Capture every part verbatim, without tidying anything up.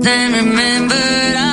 and remembered I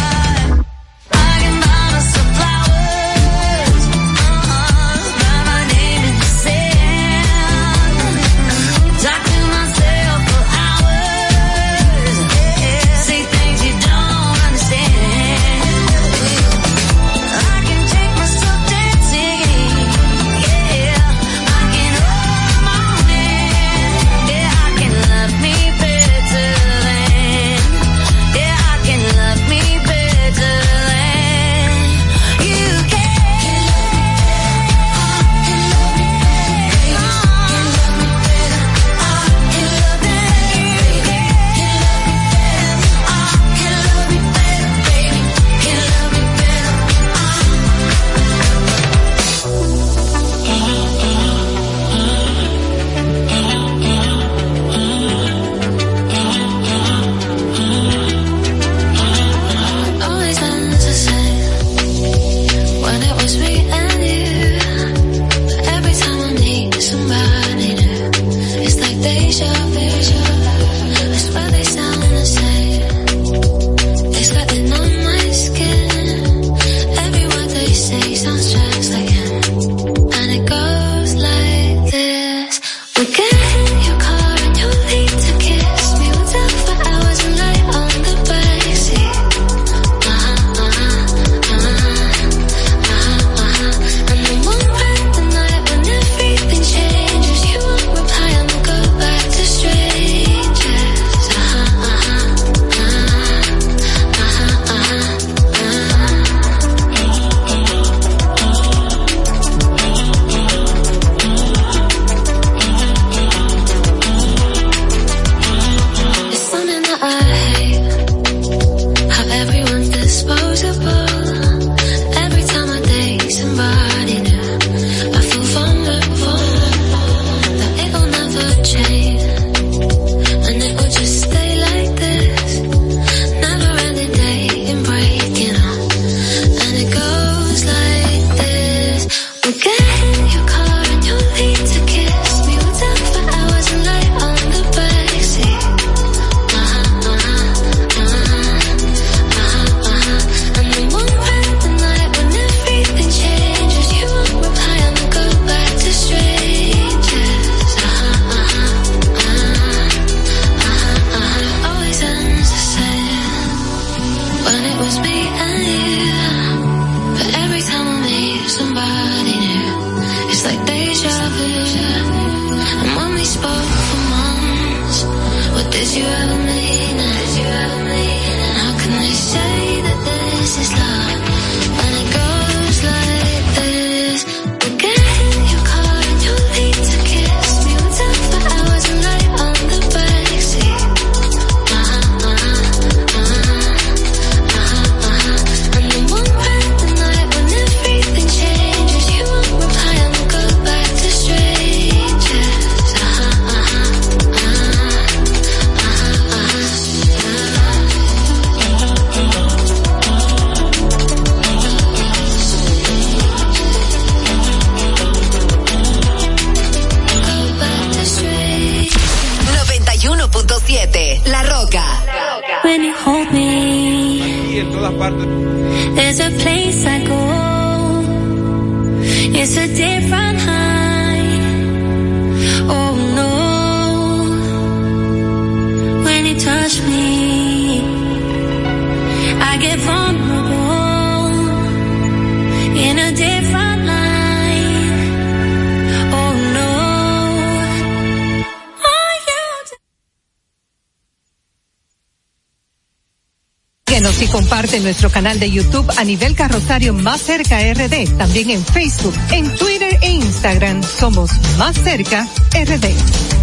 Y comparte nuestro canal de YouTube a nivel Carrosario Más Cerca R D. También en Facebook, en Twitter e Instagram somos Más Cerca R D.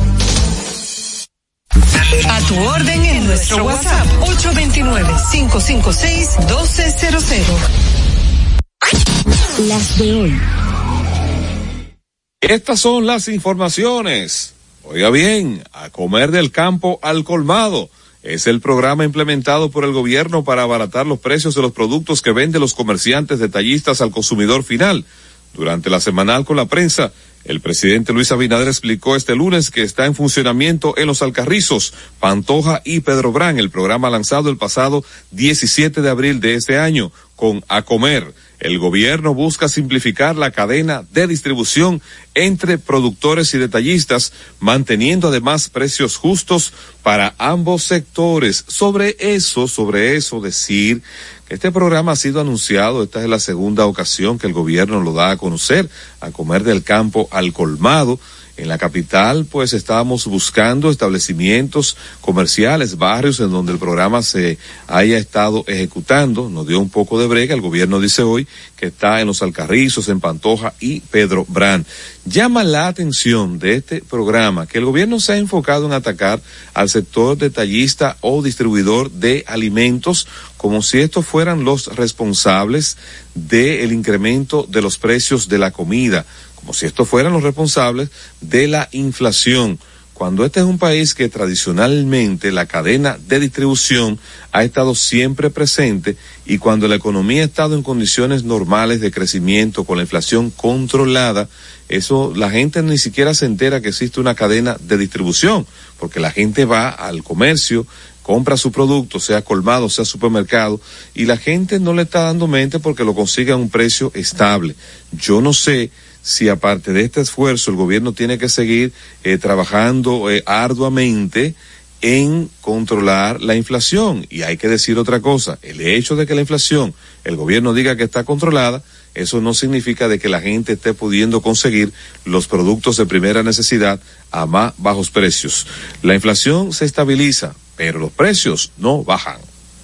A tu orden en nuestro WhatsApp ocho dos nueve, cinco cinco seis, uno dos cero cero. Las de hoy. Estas son las informaciones. Oiga bien, a comer del campo al colmado. Es el programa implementado por el gobierno para abaratar los precios de los productos que venden los comerciantes detallistas al consumidor final. Durante la semanal con la prensa, El presidente Luis Abinader explicó este lunes que está en funcionamiento en Los Alcarrizos, Pantoja y Pedro Brán el programa lanzado el pasado diecisiete de abril de este año con A Comer. El gobierno busca simplificar la cadena de distribución entre productores y detallistas, manteniendo además precios justos para ambos sectores. Sobre eso, sobre eso decir que este programa ha sido anunciado, esta es la segunda ocasión que el gobierno lo da a conocer, A Comer del Campo al Colmado. En la capital, pues estábamos buscando establecimientos comerciales, barrios en donde el programa se haya estado ejecutando. Nos dio un poco de brega. El gobierno dice hoy que está en Los Alcarrizos, en Pantoja y Pedro Brán. Llama la atención de este programa que el gobierno se ha enfocado en atacar al sector detallista o distribuidor de alimentos como si estos fueran los responsables del incremento de los precios de la comida, como si estos fueran los responsables de la inflación, cuando este es un país que tradicionalmente la cadena de distribución ha estado siempre presente y cuando la economía ha estado en condiciones normales de crecimiento con la inflación controlada, eso la gente ni siquiera se entera que existe una cadena de distribución, porque la gente va al comercio, compra su producto, sea colmado, sea supermercado, y la gente no le está dando mente porque lo consigue a un precio estable. Yo no sé si aparte de este esfuerzo el gobierno tiene que seguir eh, trabajando eh, arduamente en controlar la inflación. Y hay que decir otra cosa, el hecho de que la inflación, el gobierno diga que está controlada, eso no significa de que la gente esté pudiendo conseguir los productos de primera necesidad a más bajos precios. La inflación se estabiliza, pero los precios no bajan.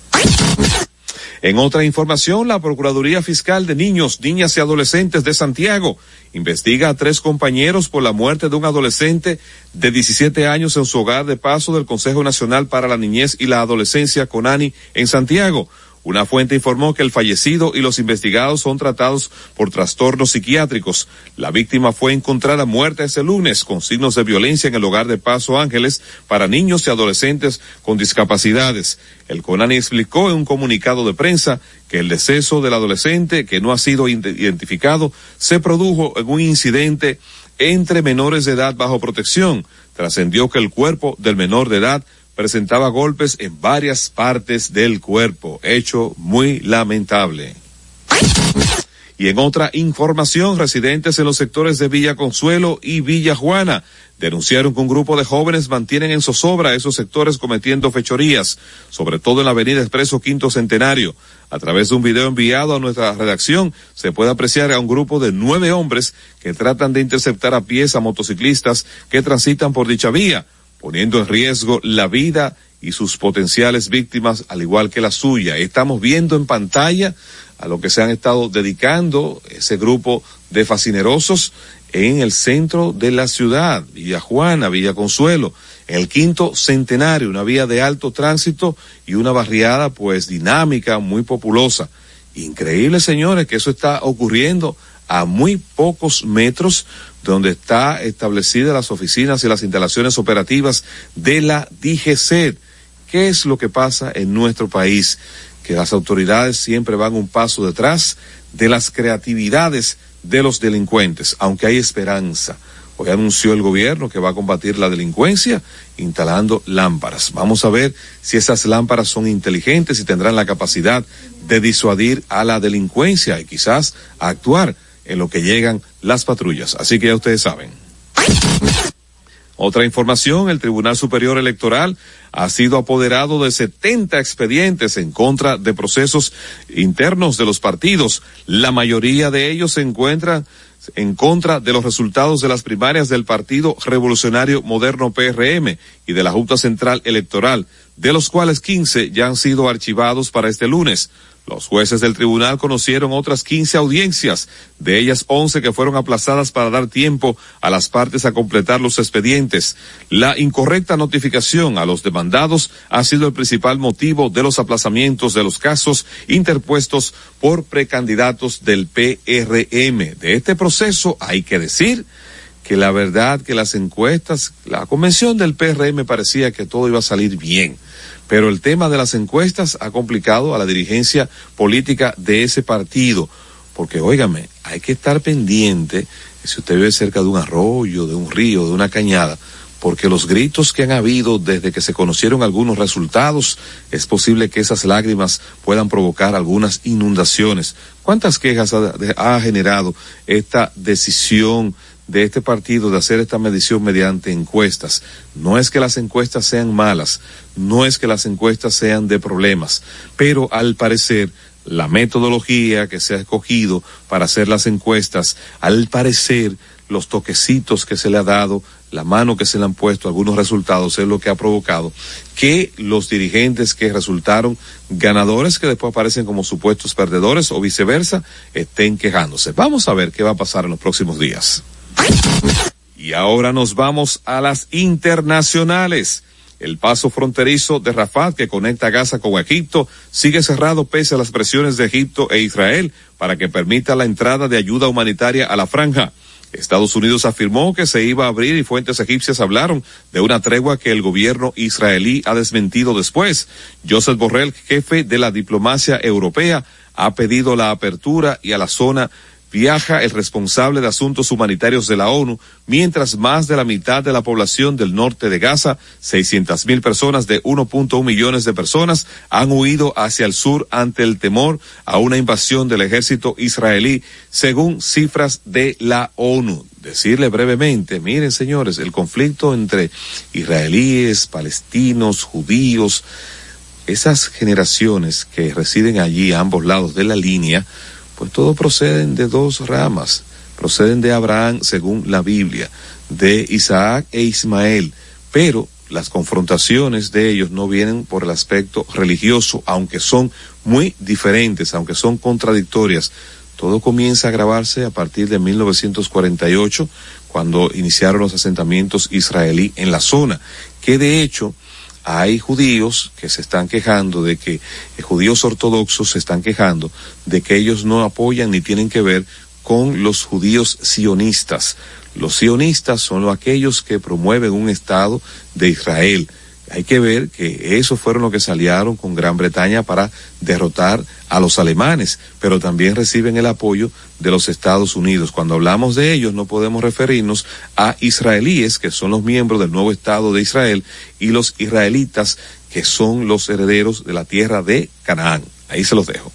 En otra información, la Procuraduría Fiscal de Niños, Niñas y Adolescentes de Santiago investiga a tres compañeros por la muerte de un adolescente de diecisiete años en su hogar de paso del Consejo Nacional para la Niñez y la Adolescencia, CONANI, en Santiago. Una fuente informó que el fallecido y los investigados son tratados por trastornos psiquiátricos. La víctima fue encontrada muerta ese lunes con signos de violencia en el hogar de Paso Ángeles para niños y adolescentes con discapacidades. El CONANI explicó en un comunicado de prensa que el deceso del adolescente, que no ha sido identificado, se produjo en un incidente entre menores de edad bajo protección. Trascendió que el cuerpo del menor de edad presentaba golpes en varias partes del cuerpo, hecho muy lamentable. Y en otra información, residentes en los sectores de Villa Consuelo y Villa Juana denunciaron que un grupo de jóvenes mantienen en zozobra esos sectores cometiendo fechorías, sobre todo en la avenida Expreso Quinto Centenario. A través de un video enviado a nuestra redacción, se puede apreciar a un grupo de nueve hombres que tratan de interceptar a pies a motociclistas que transitan por dicha vía, poniendo en riesgo la vida y sus potenciales víctimas, al igual que la suya. Estamos viendo en pantalla a lo que se han estado dedicando ese grupo de fascinerosos en el centro de la ciudad, Villa Juana, Villa Consuelo, en el Quinto Centenario, una vía de alto tránsito y una barriada pues dinámica, muy populosa. Increíble, señores, que eso está ocurriendo a muy pocos metros donde está establecida las oficinas y las instalaciones operativas de la D G C E D. ¿Qué es lo que pasa en nuestro país? Que las autoridades siempre van un paso detrás de las creatividades de los delincuentes, aunque hay esperanza. Hoy anunció el gobierno que va a combatir la delincuencia instalando lámparas. Vamos a ver si esas lámparas son inteligentes y tendrán la capacidad de disuadir a la delincuencia y quizás a actuar en lo que llegan las patrullas. Así que ya ustedes saben. Otra información, el Tribunal Superior Electoral ha sido apoderado de setenta expedientes en contra de procesos internos de los partidos. La mayoría de ellos se encuentran en contra de los resultados de las primarias del Partido Revolucionario Moderno P R M y de la Junta Central Electoral, de los cuales quince ya han sido archivados para este lunes. Los jueces del tribunal conocieron otras quince audiencias, de ellas once que fueron aplazadas para dar tiempo a las partes a completar los expedientes. La incorrecta notificación a los demandados ha sido el principal motivo de los aplazamientos de los casos interpuestos por precandidatos del P R M. De este proceso hay que decir que la verdad que las encuestas, la convención del P R M parecía que todo iba a salir bien. Pero el tema de las encuestas ha complicado a la dirigencia política de ese partido, porque óigame, hay que estar pendiente si usted vive cerca de un arroyo, de un río, de una cañada, porque los gritos que han habido desde que se conocieron algunos resultados, es posible que esas lágrimas puedan provocar algunas inundaciones. ¿Cuántas quejas ha, ha generado esta decisión de este partido de hacer esta medición mediante encuestas? No es que las encuestas sean malas, no es que las encuestas sean de problemas, pero al parecer la metodología que se ha escogido para hacer las encuestas, al parecer los toquecitos que se le ha dado, la mano que se le han puesto, algunos resultados, es lo que ha provocado que los dirigentes que resultaron ganadores, que después aparecen como supuestos perdedores o viceversa, estén quejándose. Vamos a ver qué va a pasar en los próximos días. Y ahora nos vamos a las internacionales. El paso fronterizo de Rafah, que conecta Gaza con Egipto, sigue cerrado pese a las presiones de Egipto e Israel para que permita la entrada de ayuda humanitaria a la franja. Estados Unidos afirmó que se iba a abrir y fuentes egipcias hablaron de una tregua que el gobierno israelí ha desmentido después. Josep Borrell, jefe de la diplomacia europea, ha pedido la apertura y a la zona viaja el responsable de asuntos humanitarios de la ONU, mientras más de la mitad de la población del norte de Gaza, seiscientas mil personas de uno punto uno millones de personas, han huido hacia el sur ante el temor a una invasión del ejército israelí, según cifras de la ONU. Decirle brevemente, miren señores, el conflicto entre israelíes, palestinos, judíos, esas generaciones que residen allí a ambos lados de la línea, pues todos proceden de dos ramas, proceden de Abraham según la Biblia, de Isaac e Ismael, pero las confrontaciones de ellos no vienen por el aspecto religioso, aunque son muy diferentes, aunque son contradictorias. Todo comienza a agravarse a partir de mil novecientos cuarenta y ocho, cuando iniciaron los asentamientos israelí en la zona, que de hecho hay judíos que se están quejando de que, eh, judíos ortodoxos se están quejando de que ellos no apoyan ni tienen que ver con los judíos sionistas. Los sionistas son aquellos que promueven un Estado de Israel. Hay que ver que esos fueron los que salieron con Gran Bretaña para derrotar a los alemanes, pero también reciben el apoyo de los Estados Unidos. Cuando hablamos de ellos no podemos referirnos a israelíes, que son los miembros del nuevo Estado de Israel, y los israelitas, que son los herederos de la tierra de Canaán. Ahí se los dejo.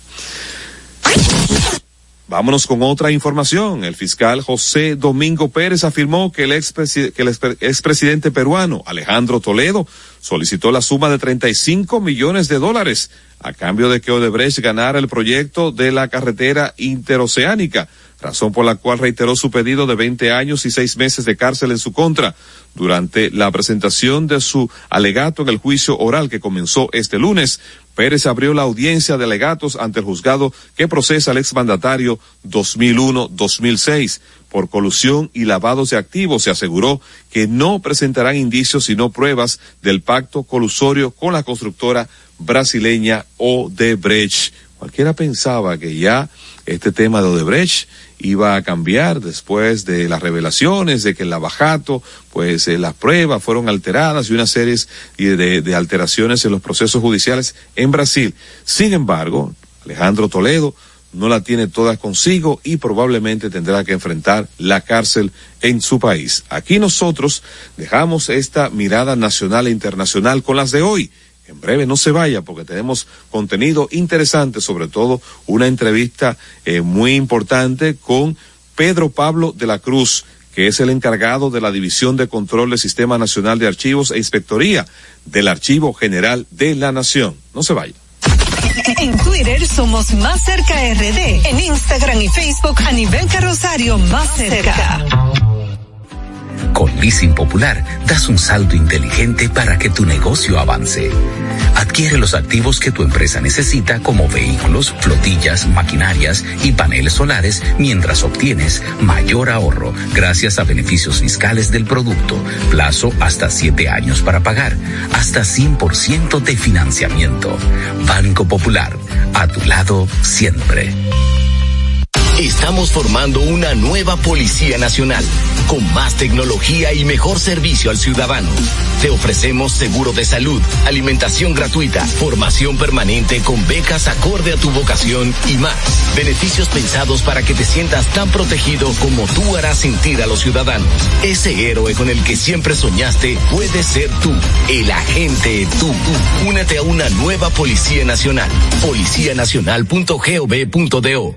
Vámonos con otra información. El fiscal José Domingo Pérez afirmó que el expresidente, que el expresidente peruano Alejandro Toledo solicitó la suma de treinta y cinco millones de dólares a cambio de que Odebrecht ganara el proyecto de la carretera interoceánica, razón por la cual reiteró su pedido de veinte años y seis meses de cárcel en su contra. Durante la presentación de su alegato en el juicio oral que comenzó este lunes, Pérez abrió la audiencia de alegatos ante el juzgado que procesa al exmandatario dos mil uno dos mil seis por colusión y lavados de activos. Se aseguró que no presentarán indicios sino pruebas del pacto colusorio con la constructora brasileña Odebrecht. Cualquiera pensaba que ya este tema de Odebrecht iba a cambiar después de las revelaciones de que el lavajato, pues eh, las pruebas fueron alteradas y una serie de, de alteraciones en los procesos judiciales en Brasil. Sin embargo, Alejandro Toledo no la tiene toda consigo y probablemente tendrá que enfrentar la cárcel en su país. Aquí nosotros dejamos esta mirada nacional e internacional con las de hoy. En breve no se vaya porque tenemos contenido interesante, sobre todo una entrevista eh, muy importante con Pedro Pablo de la Cruz, que es el encargado de la División de Control del Sistema Nacional de Archivos e Inspectoría del Archivo General de la Nación. No se vaya. En Twitter somos Más Cerca R D, en Instagram y Facebook a nivel Carrosario Más Cerca. Con Leasing Popular, das un salto inteligente para que tu negocio avance. Adquiere los activos que tu empresa necesita como vehículos, flotillas, maquinarias y paneles solares mientras obtienes mayor ahorro gracias a beneficios fiscales del producto, plazo hasta siete años para pagar, hasta cien por ciento de financiamiento. Banco Popular, a tu lado siempre. Estamos formando una nueva Policía Nacional, con más tecnología y mejor servicio al ciudadano. Te ofrecemos seguro de salud, alimentación gratuita, formación permanente con becas acorde a tu vocación y más. Beneficios pensados para que te sientas tan protegido como tú harás sentir a los ciudadanos. Ese héroe con el que siempre soñaste puede ser tú, el agente tú. Únete a una nueva Policía Nacional. policía nacional punto gov punto do.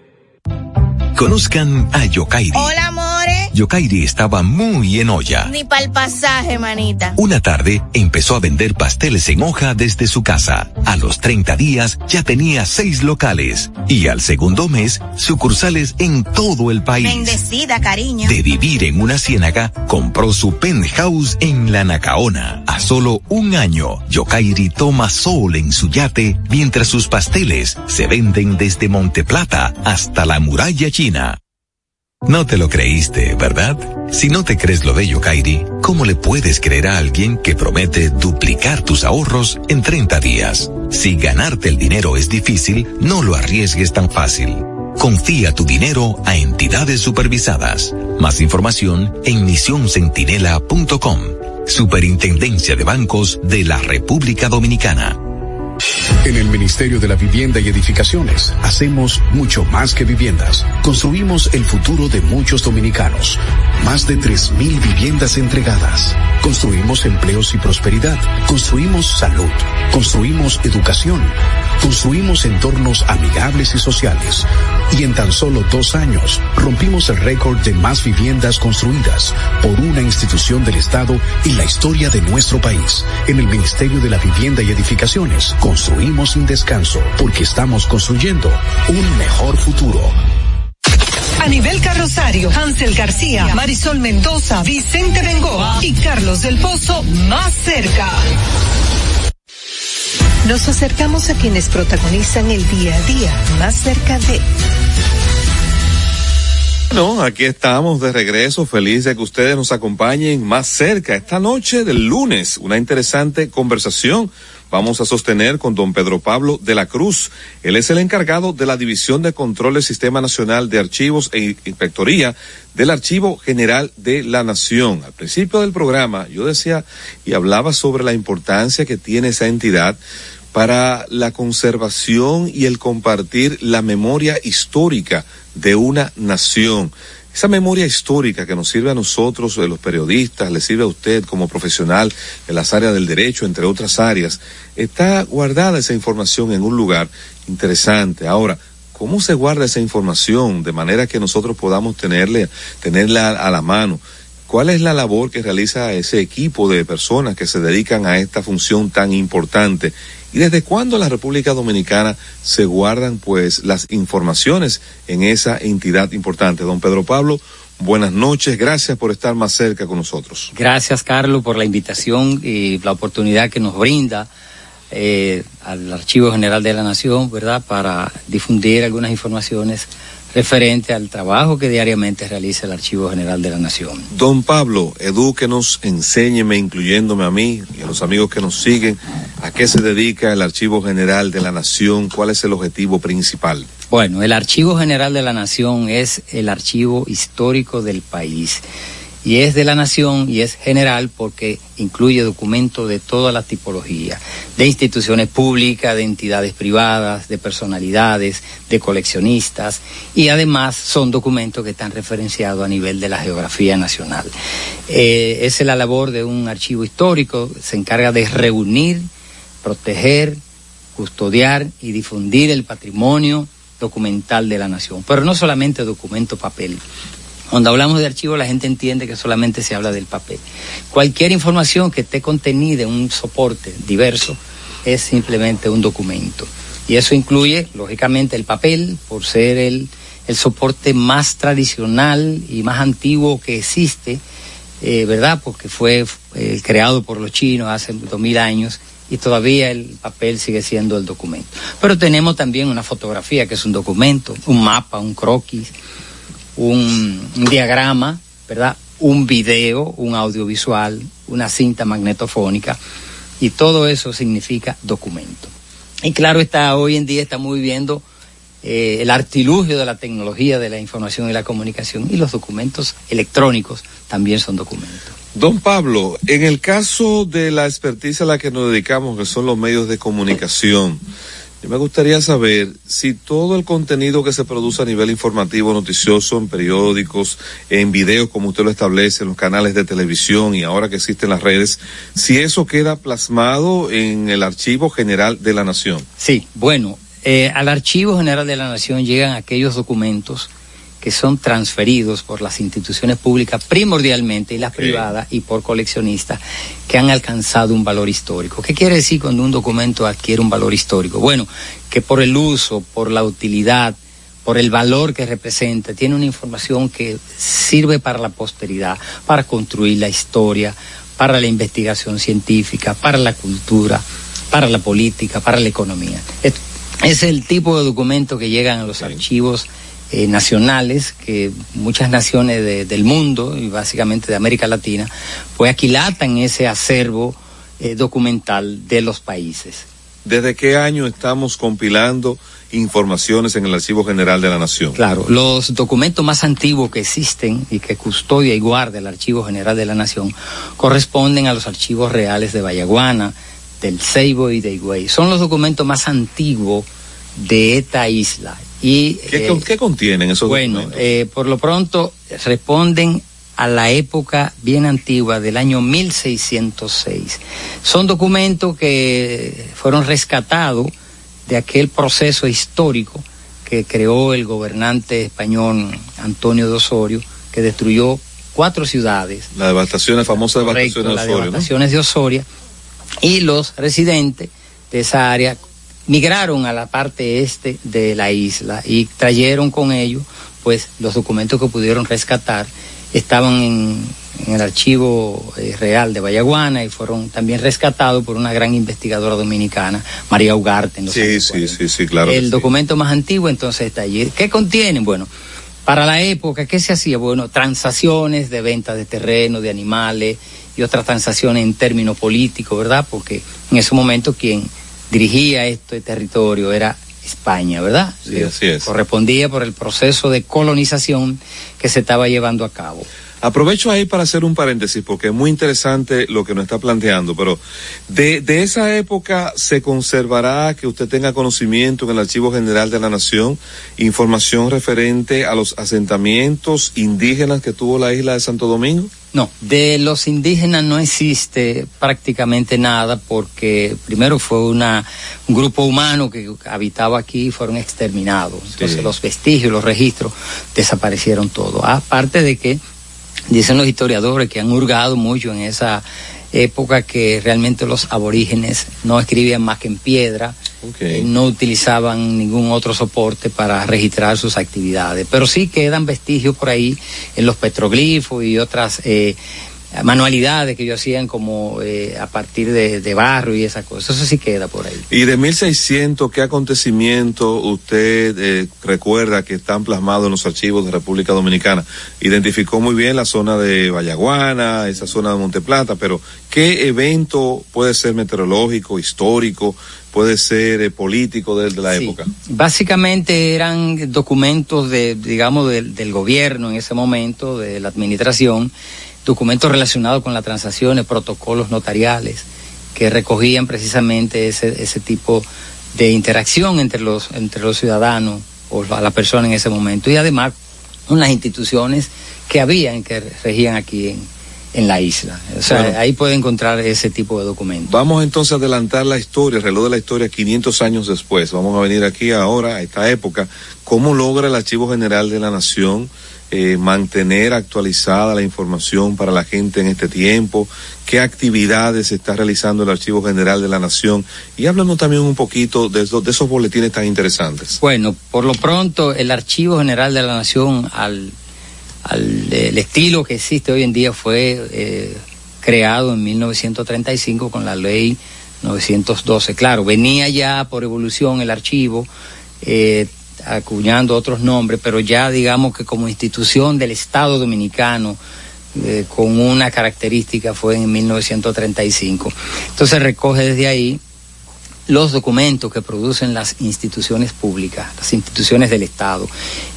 Conozcan a Yokairi. Hola, amores. Yokairi estaba muy en olla. Ni pa'l pasaje, manita. Una tarde empezó a vender pasteles en hoja desde su casa. A los treinta días ya tenía seis locales. Y al segundo mes, sucursales en todo el país. Bendecida, cariño. De vivir en una ciénaga, compró su penthouse en la Nacaona. A solo un año, Yokairi toma sol en su yate, mientras sus pasteles se venden desde Monteplata hasta la muralla china. No te lo creíste, ¿verdad? Si no te crees lo de Yokairi, ¿cómo le puedes creer a alguien que promete duplicar tus ahorros en treinta días? Si ganarte el dinero es difícil, no lo arriesgues tan fácil. Confía tu dinero a entidades supervisadas. Más información en misión centinela punto com. Superintendencia de Bancos de la República Dominicana. En el Ministerio de la Vivienda y Edificaciones hacemos mucho más que viviendas. Construimos el futuro de muchos dominicanos. Más de tres mil viviendas entregadas. Construimos empleos y prosperidad. Construimos salud. Construimos educación. Construimos entornos amigables y sociales. Y en tan solo dos años rompimos el récord de más viviendas construidas por una institución del Estado en la historia de nuestro país. En el Ministerio de la Vivienda y Edificaciones construimos sin descanso, porque estamos construyendo un mejor futuro. Anibel Carrosario, Hansel García, Marisol Mendoza, Vicente Bengoa y Carlos del Pozo, más cerca. Nos acercamos a quienes protagonizan el día a día, más cerca de... Bueno, aquí estamos de regreso, feliz de que ustedes nos acompañen más cerca esta noche del lunes. Una interesante conversación vamos a sostener con don Pedro Pablo de la Cruz. Él es el encargado de la División de Control del Sistema Nacional de Archivos e Inspectoría del Archivo General de la Nación. Al principio del programa yo decía y hablaba sobre la importancia que tiene esa entidad para la conservación y el compartir la memoria histórica de una nación. Esa memoria histórica que nos sirve a nosotros, de los periodistas, le sirve a usted como profesional en las áreas del derecho, entre otras áreas, está guardada esa información en un lugar interesante. Ahora, ¿cómo se guarda esa información de manera que nosotros podamos tenerle, tenerla a la mano? ¿Cuál es la labor que realiza ese equipo de personas que se dedican a esta función tan importante? ¿Y desde cuándo en la República Dominicana se guardan pues las informaciones en esa entidad importante? Don Pedro Pablo, buenas noches, gracias por estar más cerca con nosotros. Gracias, Carlos, por la invitación y la oportunidad que nos brinda eh, al Archivo General de la Nación, ¿verdad?, para difundir algunas informaciones referente al trabajo que diariamente realiza el Archivo General de la Nación. Don Pablo, edúquenos, enséñeme, incluyéndome a mí y a los amigos que nos siguen, ¿a qué se dedica el Archivo General de la Nación? ¿Cuál es el objetivo principal? Bueno, el Archivo General de la Nación es el archivo histórico del país. Y es de la nación y es general porque incluye documentos de toda la tipología, de instituciones públicas, de entidades privadas, de personalidades, de coleccionistas, y además son documentos que están referenciados a nivel de la geografía nacional. Eh, esa es la labor de un archivo histórico, se encarga de reunir, proteger, custodiar y difundir el patrimonio documental de la nación, pero no solamente documento papel. Cuando hablamos de archivo, la gente entiende que solamente se habla del papel. Cualquier información que esté contenida en un soporte diverso es simplemente un documento. Y eso incluye, lógicamente, el papel, por ser el, el soporte más tradicional y más antiguo que existe, eh, ¿verdad? Porque fue eh, creado por los chinos hace dos mil años y todavía el papel sigue siendo el documento. Pero tenemos también una fotografía, que es un documento, un mapa, un croquis, Un, un diagrama, ¿verdad? Un video, un audiovisual, una cinta magnetofónica, y todo eso significa documento. Y claro está, hoy en día estamos viviendo eh, el artilugio de la tecnología de la información y la comunicación, y los documentos electrónicos también son documentos. Don Pablo, en el caso de la experticia a la que nos dedicamos, que son los medios de comunicación, yo me gustaría saber si todo el contenido que se produce a nivel informativo, noticioso, en periódicos, en videos, como usted lo establece, en los canales de televisión y ahora que existen las redes, si eso queda plasmado en el Archivo General de la Nación. Sí, bueno, eh, al Archivo General de la Nación llegan aquellos documentos que son transferidos por las instituciones públicas primordialmente y las okay. privadas y por coleccionistas que han alcanzado un valor histórico. ¿Qué quiere decir cuando un documento adquiere un valor histórico? Bueno, que por el uso, por la utilidad, por el valor que representa, tiene una información que sirve para la posteridad, para construir la historia, para la investigación científica, para la cultura, para la política, para la economía. Es, es el tipo de documento que llegan a los okay. archivos Eh, nacionales, que muchas naciones de, del mundo y básicamente de América Latina pues aquilatan ese acervo eh, documental de los países. ¿Desde qué año estamos compilando informaciones en el Archivo General de la Nación? Claro, los documentos más antiguos que existen y que custodia y guarda el Archivo General de la Nación corresponden a los archivos reales de Bayaguana, del Ceibo y de Higüey. Son los documentos más antiguos de esta isla. Y, ¿Qué, eh, ¿Qué contienen esos bueno, documentos? Bueno, eh, por lo pronto responden a la época bien antigua del año mil seiscientos seis. Son documentos que fueron rescatados de aquel proceso histórico que creó el gobernante español Antonio de Osorio, que destruyó cuatro ciudades. Las devastaciones, famosas devastaciones de Osorio. Las devastaciones, ¿no?, de Osoria, y los residentes de esa área migraron a la parte este de la isla y trajeron con ellos pues los documentos que pudieron rescatar. Estaban en, en el archivo eh, real de Bayaguana y fueron también rescatados por una gran investigadora dominicana, María Ugarte. En los sí, sí, sí, sí, claro. El documento sí. más antiguo entonces está allí. ¿Qué contienen? Bueno, para la época, ¿qué se hacía? Bueno, transacciones de venta de terreno, de animales y otras transacciones en términos políticos, ¿verdad? Porque en ese momento quien dirigía este territorio era España, ¿verdad? Sí, así es. Correspondía por el proceso de colonización que se estaba llevando a cabo. Aprovecho ahí para hacer un paréntesis porque es muy interesante lo que nos está planteando, pero de, de esa época se conservará, que usted tenga conocimiento en el Archivo General de la Nación, información referente a los asentamientos indígenas que tuvo la isla de Santo Domingo. No, de los indígenas no existe prácticamente nada porque primero fue una, un grupo humano que habitaba aquí y fueron exterminados. Entonces sí. los vestigios, los registros desaparecieron todos. Aparte de que dicen los historiadores que han hurgado mucho en esa época que realmente los aborígenes no escribían más que en piedra, okay. eh, no utilizaban ningún otro soporte para registrar sus actividades, pero sí quedan vestigios por ahí en los petroglifos y otras eh, manualidades que ellos hacían como eh, a partir de, de barro y esas cosas, eso sí queda por ahí. ¿Y de mil seiscientos qué acontecimiento usted eh, recuerda que están plasmados en los archivos de República Dominicana? Identificó muy bien la zona de Bayaguana, esa zona de Monteplata, pero ¿qué evento puede ser meteorológico, histórico, puede ser eh, político de, de la sí. época? Básicamente eran documentos de, digamos, del, del gobierno en ese momento, de la administración, documentos relacionados con las transacciones, protocolos notariales, que recogían precisamente ese, ese tipo de interacción entre los, entre los ciudadanos o la, la persona en ese momento, y además unas instituciones que habían, que regían aquí en, en la isla. O sea, bueno, ahí puede encontrar ese tipo de documentos. Vamos entonces a adelantar la historia, el reloj de la historia quinientos años después. Vamos a venir aquí ahora, a esta época. ¿Cómo logra el Archivo General de la Nación Eh, mantener actualizada la información para la gente en este tiempo? ¿Qué actividades está realizando el Archivo General de la Nación? Y háblanos también un poquito de, eso, de esos boletines tan interesantes. Bueno, por lo pronto el Archivo General de la Nación, al, al el estilo que existe hoy en día, fue eh, creado en mil novecientos treinta y cinco con la ley novecientos doce. Claro, venía ya por evolución el archivo, eh, acuñando otros nombres, pero ya digamos que como institución del Estado Dominicano, eh, con una característica, fue en mil novecientos treinta y cinco. Entonces recoge desde ahí los documentos que producen las instituciones públicas, las instituciones del Estado.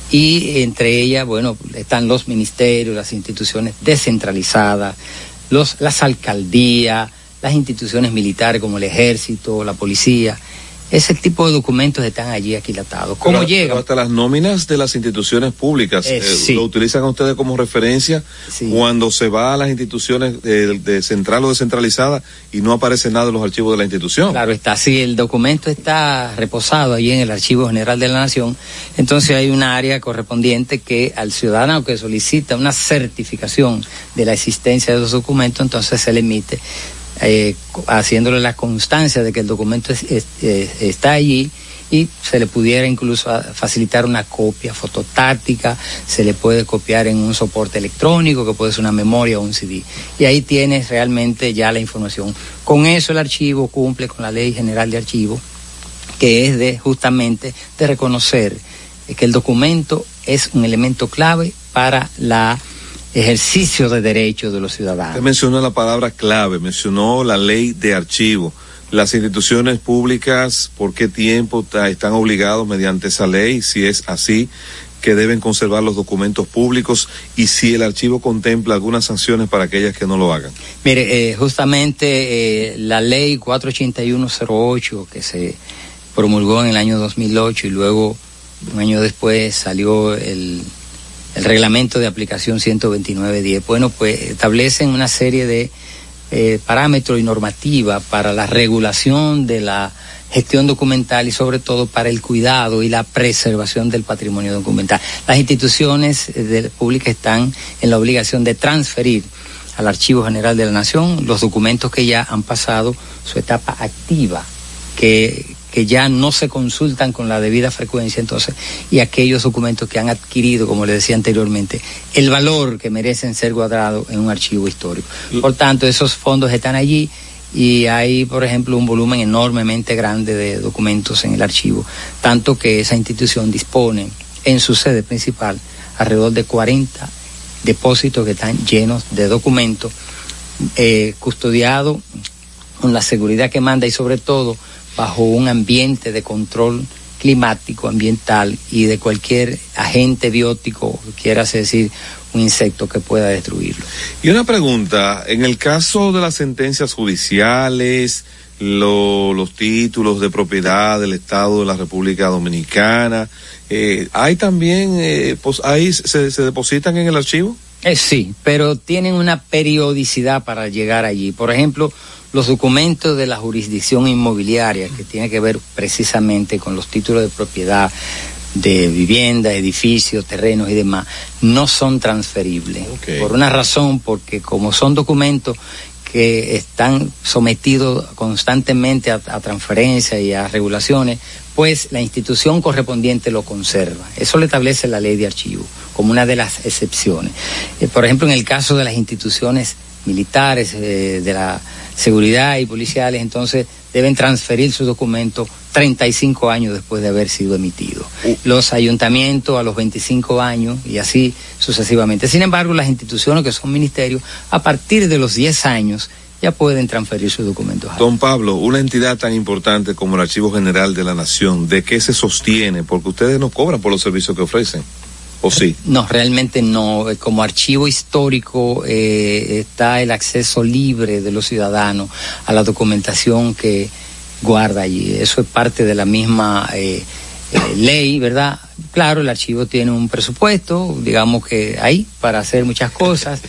Y entre ellas, bueno, están los ministerios, las instituciones descentralizadas, los, las alcaldías, las instituciones militares como el ejército, la policía. Ese tipo de documentos están allí aquilatados. ¿Cómo pero, llegan? Pero hasta las nóminas de las instituciones públicas eh, eh, sí. lo utilizan ustedes como referencia sí. cuando se va a las instituciones de, de central o descentralizada y no aparece nada en los archivos de la institución. Claro está, sí, el documento está reposado allí en el Archivo General de la Nación, entonces hay una área correspondiente que al ciudadano que solicita una certificación de la existencia de los documentos, entonces se le emite Eh, haciéndole la constancia de que el documento es, es, es, está allí y se le pudiera incluso facilitar una copia fototáctica, se le puede copiar en un soporte electrónico que puede ser una memoria o un C D, y ahí tienes realmente ya la información. Con eso el archivo cumple con la Ley General de Archivo, que es de justamente de reconocer que el documento es un elemento clave para la ejercicio de derechos de los ciudadanos. Usted mencionó la palabra clave, mencionó la ley de archivo. Las instituciones públicas, ¿por qué tiempo están obligados mediante esa ley? Si es así, que deben conservar los documentos públicos, y si el archivo contempla algunas sanciones para aquellas que no lo hagan. Mire, eh, justamente eh, la ley cuatrocientos ochenta y uno cero ocho que se promulgó en el año dos mil ocho y luego un año después salió el el reglamento de aplicación ciento veintinueve diez, bueno, pues establecen una serie de eh, parámetros y normativa para la regulación de la gestión documental y sobre todo para el cuidado y la preservación del patrimonio documental. Las instituciones de, públicas están en la obligación de transferir al Archivo General de la Nación los documentos que ya han pasado su etapa activa, que que ya no se consultan con la debida frecuencia, entonces, y aquellos documentos que han adquirido, como le decía anteriormente, el valor que merecen ser guardados en un archivo histórico. Por tanto, esos fondos están allí y hay, por ejemplo, un volumen enormemente grande de documentos en el archivo, tanto que esa institución dispone en su sede principal alrededor de cuarenta depósitos que están llenos de documentos, eh, custodiados con la seguridad que manda y sobre todo bajo un ambiente de control climático, ambiental y de cualquier agente biótico, quieras decir, un insecto que pueda destruirlo. Y una pregunta, en el caso de las sentencias judiciales, lo, los títulos de propiedad del Estado de la República Dominicana, eh, ¿hay también, eh, pues, ahí se, se depositan en el archivo? Eh, sí, pero tienen una periodicidad para llegar allí. Por ejemplo, los documentos de la jurisdicción inmobiliaria, que tiene que ver precisamente con los títulos de propiedad de vivienda, edificios, terrenos y demás, no son transferibles. Okay. Por una razón, porque como son documentos que están sometidos constantemente a, a transferencias y a regulaciones, pues la institución correspondiente lo conserva. Eso lo establece la ley de archivo como una de las excepciones. Eh, por ejemplo, en el caso de las instituciones militares, eh, de la seguridad y policiales, entonces deben transferir sus documentos treinta y cinco años después de haber sido emitidos. Uh. Los ayuntamientos a los veinticinco años y así sucesivamente. Sin embargo, las instituciones que son ministerios, a partir de los diez años, ya pueden transferir sus documentos. Don Pablo, una entidad tan importante como el Archivo General de la Nación, ¿de qué se sostiene? Porque ustedes no cobran por los servicios que ofrecen. ¿O sí? No, realmente no. Como archivo histórico eh, está el acceso libre de los ciudadanos a la documentación que guarda allí. Eso es parte de la misma eh, eh, ley, ¿verdad? Claro, el archivo tiene un presupuesto, digamos que ahí, para hacer muchas cosas.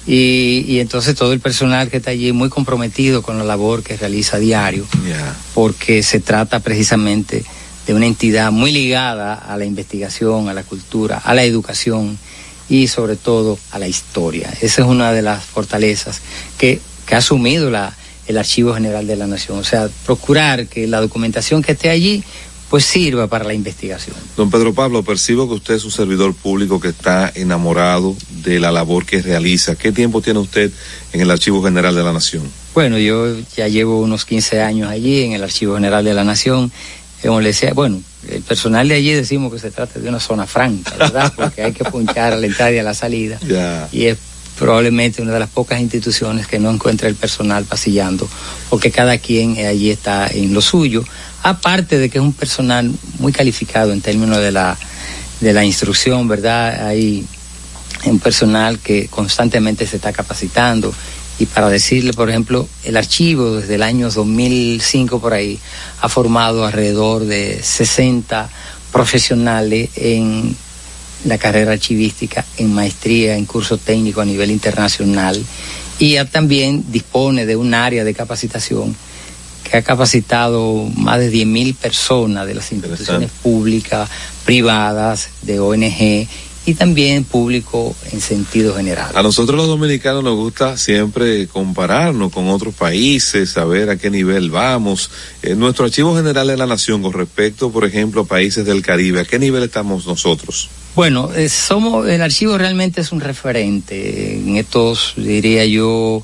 Y, y entonces todo el personal que está allí muy comprometido con la labor que realiza a diario, yeah. porque se trata precisamente de una entidad muy ligada a la investigación, a la cultura, a la educación y sobre todo a la historia. Esa es una de las fortalezas que, que ha asumido la, el Archivo General de la Nación. O sea, procurar que la documentación que esté allí pues sirva para la investigación. Don Pedro Pablo, percibo que usted es un servidor público que está enamorado de la labor que realiza. ¿Qué tiempo tiene usted en el Archivo General de la Nación? Bueno, yo ya llevo unos quince años allí en el Archivo General de la Nación. Como le decía, bueno, el personal de allí decimos que se trata de una zona franca, ¿verdad? Porque hay que punchar a la entrada y a la salida. Yeah. Y es probablemente una de las pocas instituciones que no encuentra el personal pasillando, porque cada quien allí está en lo suyo, aparte de que es un personal muy calificado en términos de la de la instrucción, ¿verdad? Hay un personal que constantemente se está capacitando. Y para decirle, por ejemplo, el archivo desde el año dos mil cinco por ahí ha formado alrededor de sesenta profesionales en la carrera archivística, en maestría, en curso técnico a nivel internacional, y ya también dispone de un área de capacitación que ha capacitado más de diez mil personas de las instituciones públicas, privadas, de O N G, y también público en sentido general. A nosotros los dominicanos nos gusta siempre compararnos con otros países, saber a qué nivel vamos. En nuestro Archivo General de la Nación, con respecto, por ejemplo, a países del Caribe, ¿a qué nivel estamos nosotros? Bueno, eh, somos, el archivo realmente es un referente en estos, diría yo,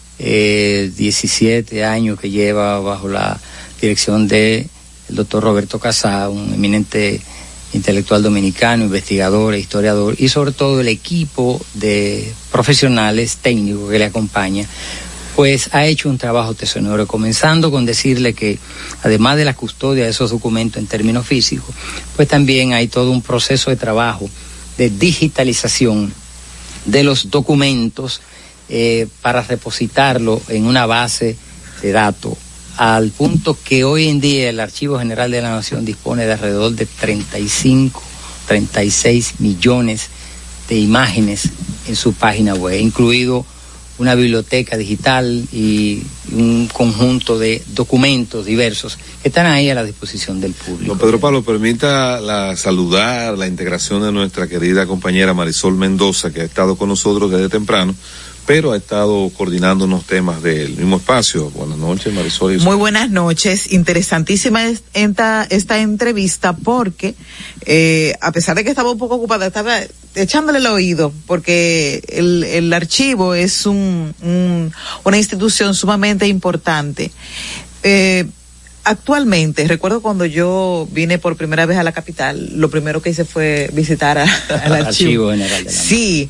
eh, diecisiete años que lleva bajo la dirección de el doctor Roberto Casá, un eminente intelectual dominicano, investigador e historiador, y sobre todo el equipo de profesionales técnicos que le acompaña, pues ha hecho un trabajo tesonero, comenzando con decirle que además de la custodia de esos documentos en términos físicos, pues también hay todo un proceso de trabajo de digitalización de los documentos eh, para repositarlo en una base de datos, al punto que hoy en día el Archivo General de la Nación dispone de alrededor de treinta y cinco, treinta y seis millones de imágenes en su página web, incluido una biblioteca digital y un conjunto de documentos diversos que están ahí a la disposición del público. Don Pedro Pablo, permita la, saludar la integración de nuestra querida compañera Marisol Mendoza, que ha estado con nosotros desde temprano, pero ha estado coordinando unos temas del mismo espacio. Buenas noches, Marisol. Muy buenas noches. Interesantísima esta, esta entrevista porque, eh, a pesar de que estaba un poco ocupada, estaba echándole el oído, porque el, el archivo es un, un, una institución sumamente importante. Eh, Actualmente, recuerdo cuando yo vine por primera vez a la capital, lo primero que hice fue visitar a, al archivo. Archivo General de la Sí,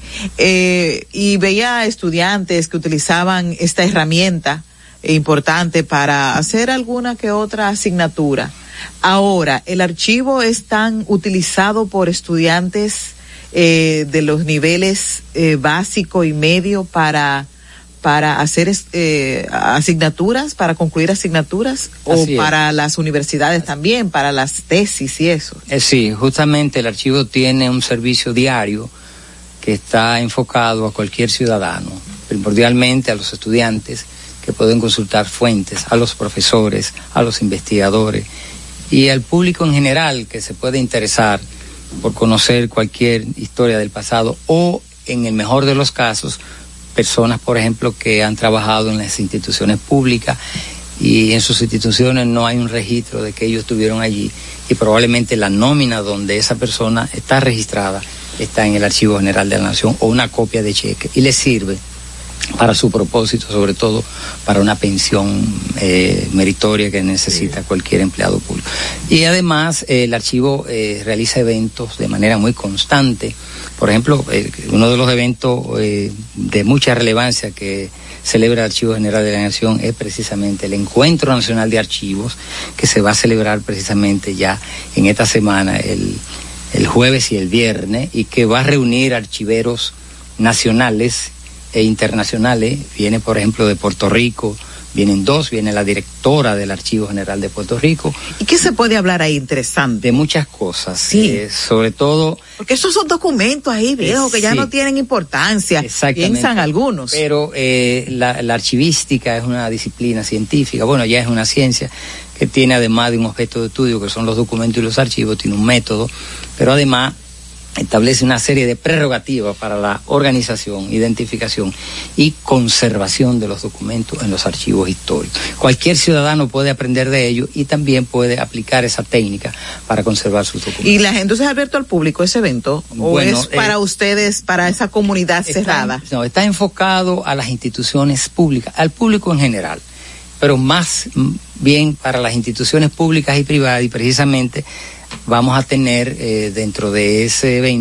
eh, y veía estudiantes que utilizaban esta herramienta importante para hacer alguna que otra asignatura. Ahora, el archivo es tan utilizado por estudiantes eh, de los niveles eh, básico y medio para para hacer eh, asignaturas, para concluir asignaturas, o para las universidades también, para las tesis y eso. Eh, sí, justamente el archivo tiene un servicio diario que está enfocado a cualquier ciudadano, primordialmente a los estudiantes que pueden consultar fuentes, a los profesores, a los investigadores y al público en general que se puede interesar por conocer cualquier historia del pasado, o en el mejor de los casos, personas, por ejemplo, que han trabajado en las instituciones públicas y en sus instituciones no hay un registro de que ellos estuvieron allí, y probablemente la nómina donde esa persona está registrada está en el Archivo General de la Nación, o una copia de cheque, y le sirve para su propósito, sobre todo para una pensión eh, meritoria que necesita cualquier empleado público. Y además eh, el archivo eh, realiza eventos de manera muy constante. Por ejemplo, eh, uno de los eventos eh, de mucha relevancia que celebra el Archivo General de la Nación es precisamente el Encuentro Nacional de Archivos, que se va a celebrar precisamente ya en esta semana, el, el jueves y el viernes, y que va a reunir archiveros nacionales e internacionales. Viene, por ejemplo, de Puerto Rico, vienen dos, viene la directora del Archivo General de Puerto Rico. ¿Y qué se puede hablar ahí interesante? De muchas cosas, sí. Eh, sobre todo... Porque esos son documentos ahí viejos eh, que ya sí. no tienen importancia, piensan algunos. Pero eh, la, la archivística es una disciplina científica, bueno, ya es una ciencia que tiene, además de un objeto de estudio que son los documentos y los archivos, tiene un método, pero además establece una serie de prerrogativas para la organización, identificación y conservación de los documentos en los archivos históricos. Cualquier ciudadano puede aprender de ello y también puede aplicar esa técnica para conservar sus documentos. ¿Y la gente es abierto al público ese evento? ¿O bueno, es para eh, ustedes, para esa comunidad está, cerrada? No, está enfocado a las instituciones públicas, al público en general, pero más bien para las instituciones públicas y privadas, y precisamente vamos a tener eh, dentro de ese evento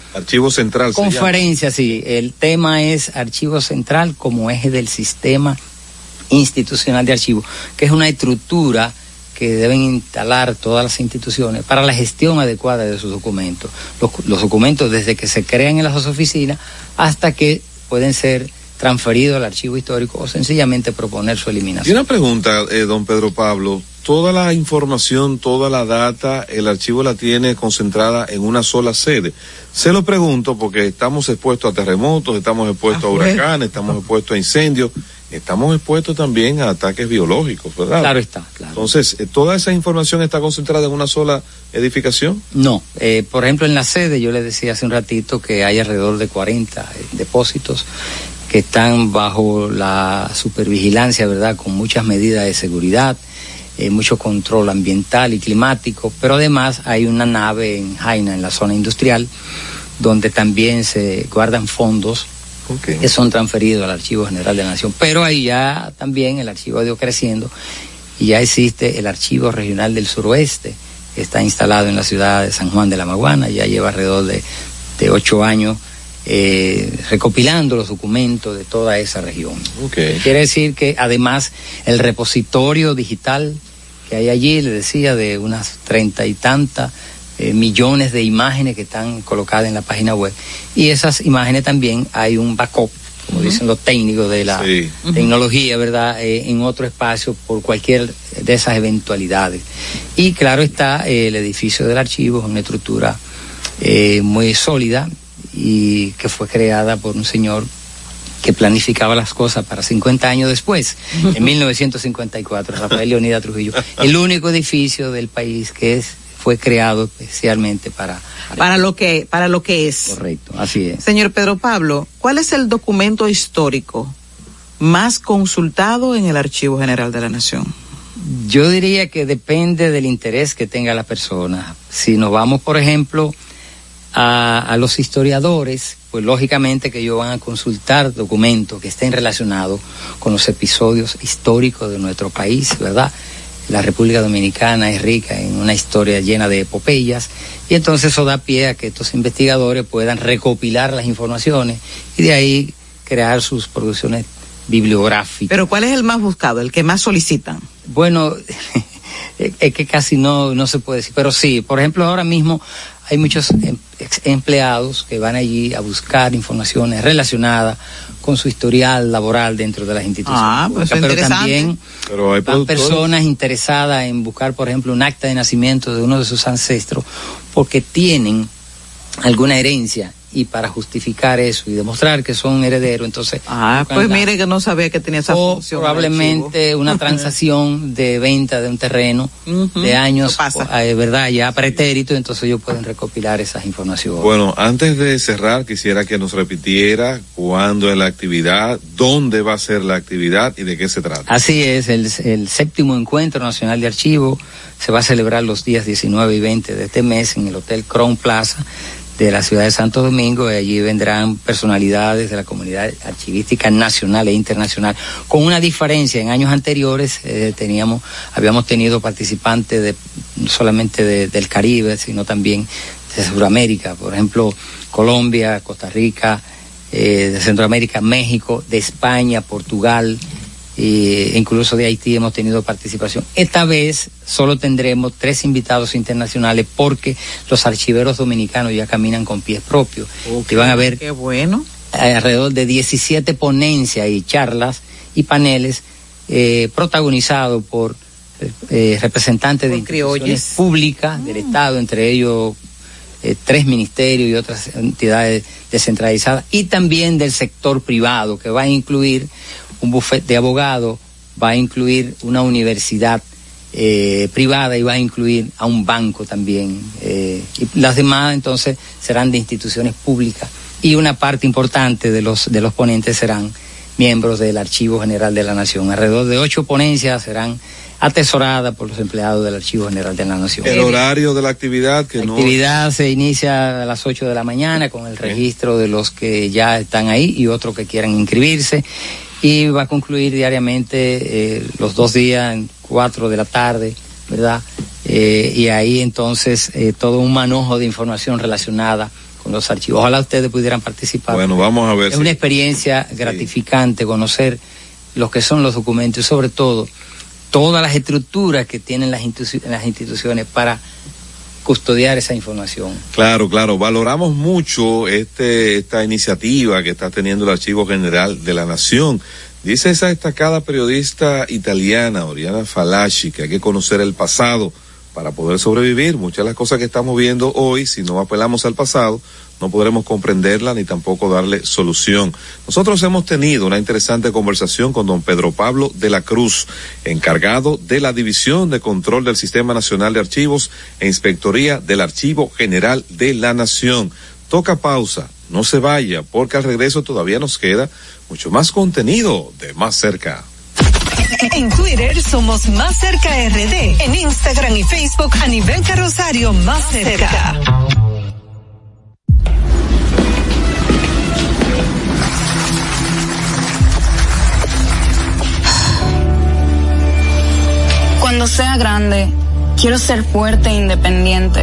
Archivo Central. Conferencia, sí. El tema es Archivo Central como eje del sistema institucional de archivo, que es una estructura que deben instalar todas las instituciones para la gestión adecuada de sus documentos. Los, los documentos desde que se crean en las oficinas hasta que pueden ser transferidos al archivo histórico o sencillamente proponer su eliminación. Y una pregunta, eh, don Pedro Pablo. Toda la información, toda la data, el archivo la tiene concentrada en una sola sede. Se lo pregunto porque estamos expuestos a terremotos, estamos expuestos a huracanes, estamos expuestos a incendios, estamos expuestos también a ataques biológicos, ¿verdad? Claro está, claro. Entonces, ¿toda esa información está concentrada en una sola edificación? No, eh, por ejemplo en la sede yo le decía hace un ratito que hay alrededor de cuarenta eh, depósitos que están bajo la supervigilancia, ¿verdad? Con muchas medidas de seguridad. Eh, mucho control ambiental y climático, pero además hay una nave en Jaina, en la zona industrial, donde también se guardan fondos okay. que son transferidos al Archivo General de la Nación. Pero ahí ya también el archivo ha ido creciendo y ya existe el Archivo Regional del Suroeste, que está instalado en la ciudad de San Juan de la Maguana, ya lleva alrededor de, de ocho años eh, recopilando los documentos de toda esa región. Okay. Quiere decir que además el repositorio digital que hay allí, le decía, de unas treinta y tantas eh, millones de imágenes que están colocadas en la página web. Y esas imágenes también hay un backup, como uh-huh. dicen los técnicos de la sí. tecnología, ¿verdad? Eh, en otro espacio por cualquier de esas eventualidades. Y claro está, eh, el edificio del archivo es una estructura eh, muy sólida y que fue creada por un señor que planificaba las cosas para cincuenta años después, en mil novecientos cincuenta y cuatro, Rafael Leonidas Trujillo, el único edificio del país que es, fue creado especialmente para... Para lo que, para lo que es. Correcto, así es. Señor Pedro Pablo, ¿cuál es el documento histórico más consultado en el Archivo General de la Nación? Yo diría que depende del interés que tenga la persona. Si nos vamos, por ejemplo, a, a los historiadores, pues lógicamente que ellos van a consultar documentos que estén relacionados con los episodios históricos de nuestro país, ¿verdad? La República Dominicana es rica en una historia llena de epopeyas y entonces eso da pie a que estos investigadores puedan recopilar las informaciones y de ahí crear sus producciones bibliográficas. ¿Pero cuál es el más buscado, el que más solicitan? Bueno, es que casi no, no se puede decir, pero sí, por ejemplo, ahora mismo hay muchos empleados que van allí a buscar informaciones relacionadas con su historial laboral dentro de las instituciones ah, públicas, pues pero también pero hay van personas interesadas en buscar, por ejemplo, un acta de nacimiento de uno de sus ancestros porque tienen alguna herencia y para justificar eso y demostrar que son herederos, entonces... Ah, pues la, mire que no sabía que tenía esa o función. Probablemente una transacción de venta de un terreno uh-huh. de años, eh, ¿verdad? Ya pretérito, entonces ellos pueden recopilar esas informaciones. Bueno, antes de cerrar, quisiera que nos repitiera cuándo es la actividad, dónde va a ser la actividad y de qué se trata. Así es, el, el séptimo Encuentro Nacional de Archivo se va a celebrar los días diecinueve y veinte de este mes en el Hotel Crown Plaza de la ciudad de Santo Domingo, y allí vendrán personalidades de la comunidad archivística nacional e internacional, con una diferencia. En años anteriores eh, teníamos, habíamos tenido participantes de, no solamente de, del Caribe, sino también de Sudamérica, por ejemplo, Colombia, Costa Rica, eh, de Centroamérica, México, de España, Portugal, e incluso de Haití hemos tenido participación. Esta vez solo tendremos tres invitados internacionales porque los archiveros dominicanos ya caminan con pies propios. Okay, y van a ver qué bueno. alrededor de diecisiete ponencias y charlas y paneles eh, protagonizados por eh, representantes por de instituciones criolles. públicas mm. del Estado, entre ellos eh, tres ministerios y otras entidades descentralizadas, y también del sector privado, que va a incluir un bufete de abogados, va a incluir una universidad eh, privada y va a incluir a un banco también. Eh, y las demás entonces serán de instituciones públicas y una parte importante de los de los ponentes serán miembros del Archivo General de la Nación. Alrededor de ocho ponencias serán atesoradas por los empleados del Archivo General de la Nación. El horario de la actividad que la no... La actividad se inicia a las ocho de la mañana con el registro de los que ya están ahí y otros que quieran inscribirse. Y va a concluir diariamente eh, los dos días en cuatro de la tarde, ¿verdad? Eh, y ahí entonces eh, todo un manojo de información relacionada con con los archivos. Ojalá ustedes pudieran participar. Bueno, vamos a ver. Es si... una experiencia gratificante, sí, conocer lo que son los documentos y sobre todo todas las estructuras que tienen las, institu- las instituciones para custodiar esa información. Claro, claro, valoramos mucho este esta iniciativa que está teniendo el Archivo General de la Nación. Dice esa destacada periodista italiana, Oriana Fallaci, que hay que conocer el pasado para poder sobrevivir. Muchas de las cosas que estamos viendo hoy, si no apelamos al pasado, no podremos comprenderla ni tampoco darle solución. Nosotros hemos tenido una interesante conversación con don Pedro Pablo de la Cruz, encargado de la División de Control del Sistema Nacional de Archivos e Inspectoría del Archivo General de la Nación. Toca pausa, no se vaya, porque al regreso todavía nos queda mucho más contenido de Más Cerca. En Twitter somos Más Cerca R D. En Instagram y Facebook Anibel Carrosario Más Cerca. Cuando sea grande, quiero ser fuerte e independiente.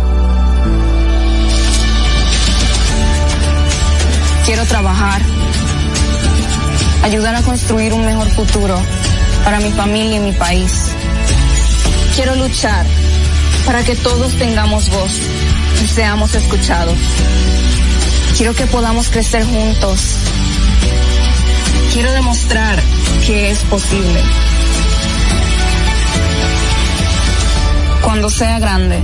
Quiero trabajar, ayudar a construir un mejor futuro para mi familia y mi país. Quiero luchar para que todos tengamos voz y seamos escuchados. Quiero que podamos crecer juntos. Quiero demostrar que es posible. Cuando sea grande,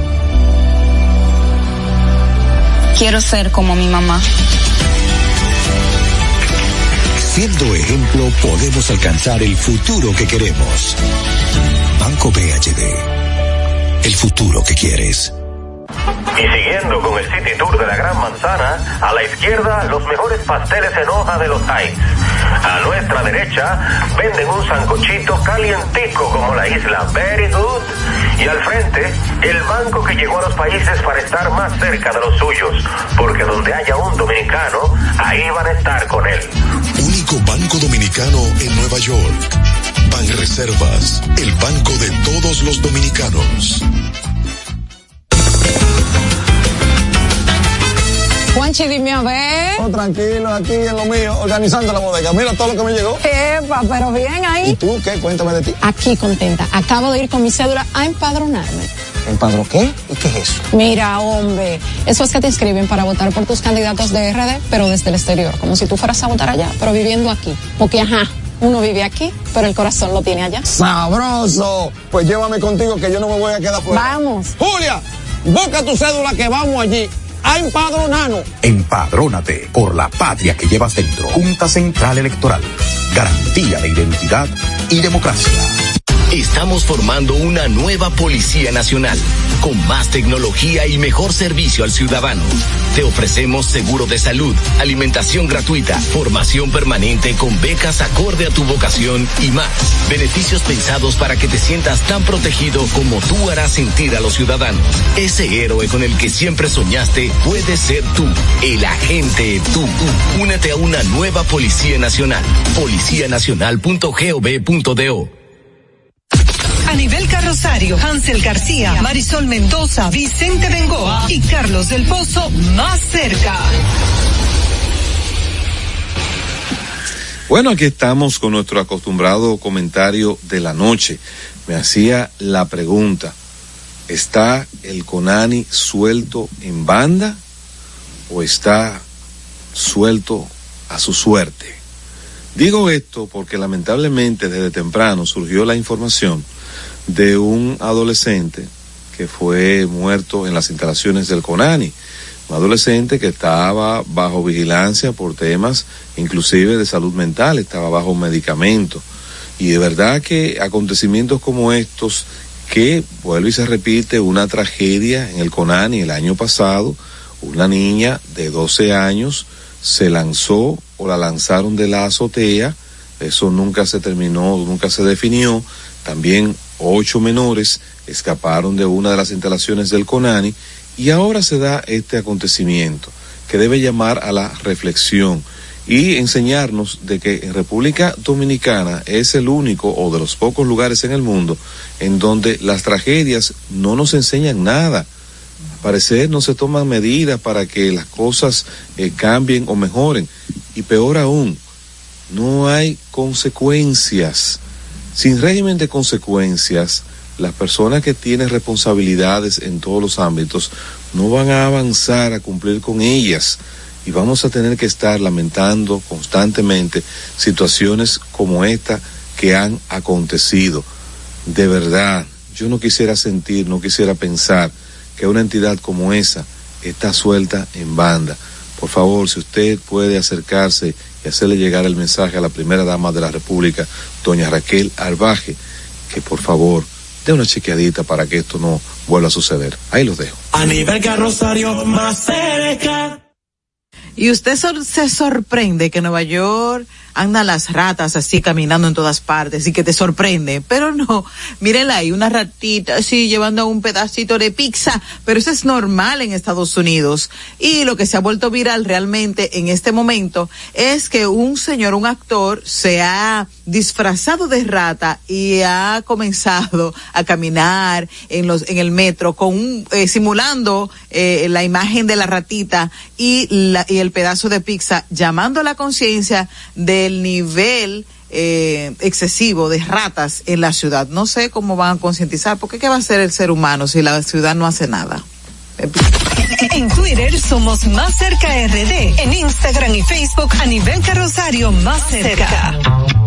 quiero ser como mi mamá. Siendo ejemplo, podemos alcanzar el futuro que queremos. Banco B H D. El futuro que quieres. Y siguiendo con el City Tour de la Gran Manzana, a la izquierda los mejores pasteles en hoja de los Heights. A nuestra derecha venden un sancochito calientico como la isla Very Good. Y al frente, el banco que llegó a los países para estar más cerca de los suyos, porque donde haya un dominicano, ahí van a estar con él. Único banco dominicano en Nueva York. Banreservas, el banco de todos los dominicanos. Juanchi, dime a ver. Oh, tranquilo, aquí en lo mío, organizando la bodega. Mira todo lo que me llegó. Epa, pero bien ahí. ¿Y tú qué? Cuéntame de ti. Aquí contenta. Acabo de ir con mi cédula a empadronarme. ¿Empadrón qué? ¿Y qué es eso? Mira, hombre, eso es que te inscriben para votar por tus candidatos de R D, pero desde el exterior, como si tú fueras a votar allá, pero viviendo aquí. Porque, ajá, uno vive aquí, pero el corazón lo tiene allá. ¡Sabroso! Pues llévame contigo que yo no me voy a quedar fuera. Vamos. Julia, busca tu cédula que vamos allí a empadronarnos. Empadrónate por la patria que llevas dentro. Junta Central Electoral. Garantía de identidad y democracia. Estamos formando una nueva Policía Nacional, con más tecnología y mejor servicio al ciudadano. Te ofrecemos seguro de salud, alimentación gratuita, formación permanente con becas acorde a tu vocación y más. Beneficios pensados para que te sientas tan protegido como tú harás sentir a los ciudadanos. Ese héroe con el que siempre soñaste puede ser tú, el agente tú. Únete a una nueva Policía Nacional. policía nacional punto gov punto do. Anibel Carrosario, Hansel García, Marisol Mendoza, Vicente Bengoa y Carlos del Pozo Más Cerca. Bueno, aquí estamos con nuestro acostumbrado comentario de la noche. Me hacía la pregunta, ¿está el CONANI suelto en banda o está suelto a su suerte? Digo esto porque lamentablemente desde temprano surgió la información de un adolescente que fue muerto en las instalaciones del CONANI, un adolescente que estaba bajo vigilancia por temas inclusive de salud mental, estaba bajo medicamento, y de verdad que acontecimientos como estos, que vuelve y se repite una tragedia en el CONANI el año pasado, una niña de doce años se lanzó o la lanzaron de la azotea, eso nunca se terminó, nunca se definió. También ocho menores escaparon de una de las instalaciones del CONANI y ahora se da este acontecimiento que debe llamar a la reflexión y enseñarnos de que en República Dominicana es el único o de los pocos lugares en el mundo en donde las tragedias no nos enseñan nada. parecer no se toman medidas para que las cosas eh, cambien o mejoren. Y peor aún, no hay consecuencias. Sin régimen de consecuencias, las personas que tienen responsabilidades en todos los ámbitos no van a avanzar a cumplir con ellas. Y vamos a tener que estar lamentando constantemente situaciones como esta que han acontecido. De verdad, yo no quisiera sentir, no quisiera pensar que una entidad como esa está suelta en banda. Por favor, si usted puede acercarse y hacerle llegar el mensaje a la primera dama de la República, doña Raquel Arbaje, que por favor dé una chequeadita para que esto no vuelva a suceder. Ahí los dejo. Aníbal Rosario, más cerca. Y usted sor- se sorprende que en Nueva York andan las ratas así caminando en todas partes y que te sorprende, pero no, mírenla ahí, una ratita así llevando un pedacito de pizza, pero eso es normal en Estados Unidos. Y lo que se ha vuelto viral realmente en este momento es que un señor, un actor, se ha disfrazado de rata y ha comenzado a caminar en los en el metro con un, eh, simulando eh, la imagen de la ratita y la, y el pedazo de pizza, llamando a la conciencia de el nivel eh, excesivo de ratas en la ciudad. No sé cómo van a concientizar, porque ¿qué va a hacer el ser humano si la ciudad no hace nada? En Twitter somos Más Cerca R D, en Instagram y Facebook Aníbal Rosario Más Cerca.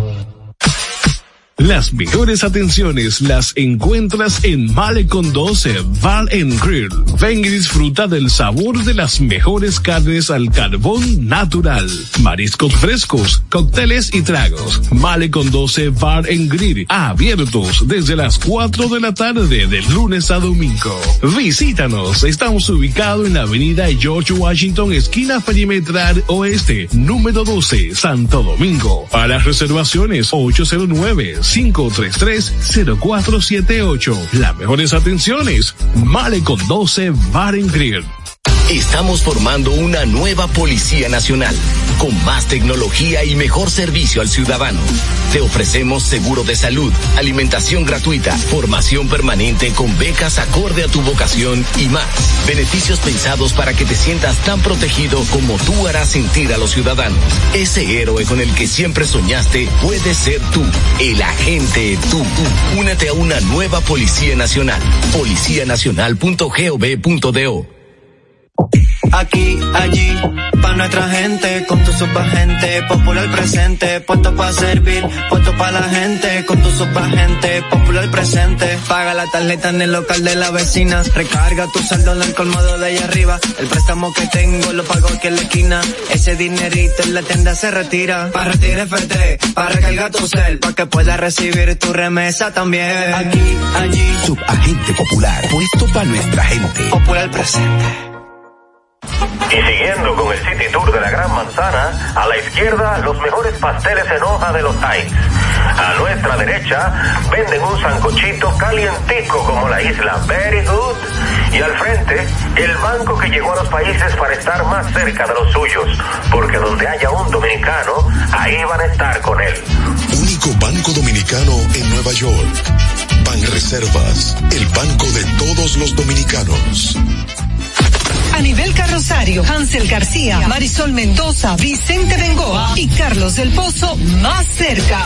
Las mejores atenciones las encuentras en Malecón doce Bar and Grill. Ven y disfruta del sabor de las mejores carnes al carbón natural, mariscos frescos, cócteles y tragos. Malecón doce Bar and Grill, abiertos desde las cuatro de la tarde de lunes a domingo. Visítanos, estamos ubicados en la avenida George Washington, esquina perimetral oeste, número doce, Santo Domingo. Para reservaciones, ocho cero nueve, cinco tres tres, cero cuatro siete ocho. Las mejores atenciones, Malecón doce Bar and Grill. Estamos formando una nueva Policía Nacional, con más tecnología y mejor servicio al ciudadano. Te ofrecemos seguro de salud, alimentación gratuita, formación permanente con becas acorde a tu vocación y más. Beneficios pensados para que te sientas tan protegido como tú harás sentir a los ciudadanos. Ese héroe con el que siempre soñaste puede ser tú, el agente tú. Únete a una nueva Policía Nacional. policía nacional punto gov punto do. Aquí, allí, pa' nuestra gente, con tu subagente, popular presente, puesto pa' servir, puesto pa' la gente, con tu subagente, popular presente. Paga la tarjeta en el local de la vecina, recarga tu saldo en el colmado de allá arriba, el préstamo que tengo lo pago aquí en la esquina, ese dinerito en la tienda se retira, pa' retirar F T, pa' recargar tu cel, pa' que puedas recibir tu remesa también. Aquí, allí, subagente popular, puesto pa' nuestra gente, popular presente. Y siguiendo con el City Tour de la Gran Manzana, a la izquierda los mejores pasteles en hoja de los Heights. A nuestra derecha venden un sancochito calientico como la isla Very Good. Y al frente, el banco que llegó a los países para estar más cerca de los suyos, porque donde haya un dominicano, ahí van a estar con él. Único banco dominicano en Nueva York. Banreservas, el banco de todos los dominicanos. Aníbal Rosario, Hansel García, Marisol Mendoza, Vicente Bengoa y Carlos del Pozo Más Cerca.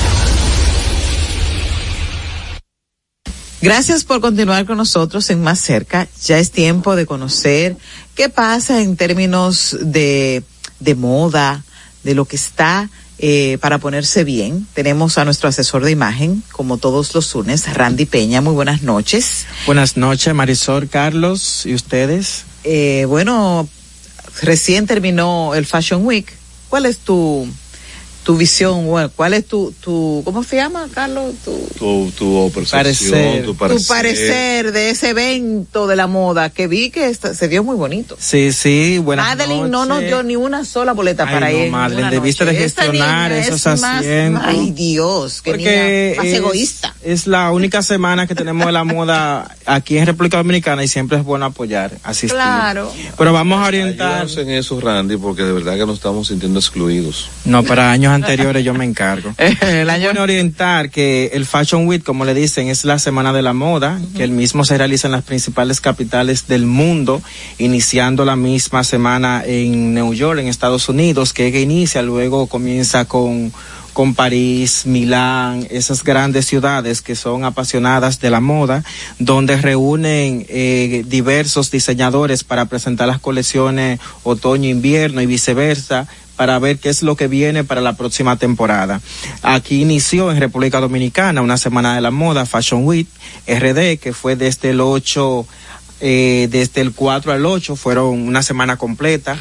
Gracias por continuar con nosotros en Más Cerca. Ya es tiempo de conocer qué pasa en términos de, de moda, de lo que está eh, para ponerse bien. Tenemos a nuestro asesor de imagen, como todos los lunes, Randy Peña. Muy buenas noches. Buenas noches, Marisol, Carlos, ¿y ustedes? Eh, bueno, recién terminó el Fashion Week. ¿Cuál es tu tu visión? Bueno, ¿cuál es tu tu cómo se llama, Carlos? Tu tu, tu percepción, parecer, tu parecer. tu parecer de ese evento de la moda que vi que está, se vio muy bonito. Sí, sí, buenas Madeline noches. no nos dio ni una sola boleta Ay, para no, ir. Madeline, debiste de gestionar esos es más, asientos. Ay, Dios, que Porque niña más es, egoísta. Es la única semana que tenemos de la moda aquí en República Dominicana y siempre es bueno apoyar, asistir. Claro. Pero vamos a orientar. Ayúdanos en eso, Randy, porque de verdad que nos estamos sintiendo excluidos. No, para años anteriores yo me encargo. el año Bueno, orientar que el Fashion Week, como le dicen, es la semana de la moda, uh-huh. que el mismo se realiza en las principales capitales del mundo, iniciando la misma semana en New York, en Estados Unidos, que inicia, luego comienza con con París, Milán, esas grandes ciudades que son apasionadas de la moda, donde reúnen eh, diversos diseñadores para presentar las colecciones otoño-invierno y viceversa, para ver qué es lo que viene para la próxima temporada. Aquí inició en República Dominicana una semana de la moda, Fashion Week R D, que fue desde el ocho, eh, desde el cuatro al ocho, fueron una semana completa,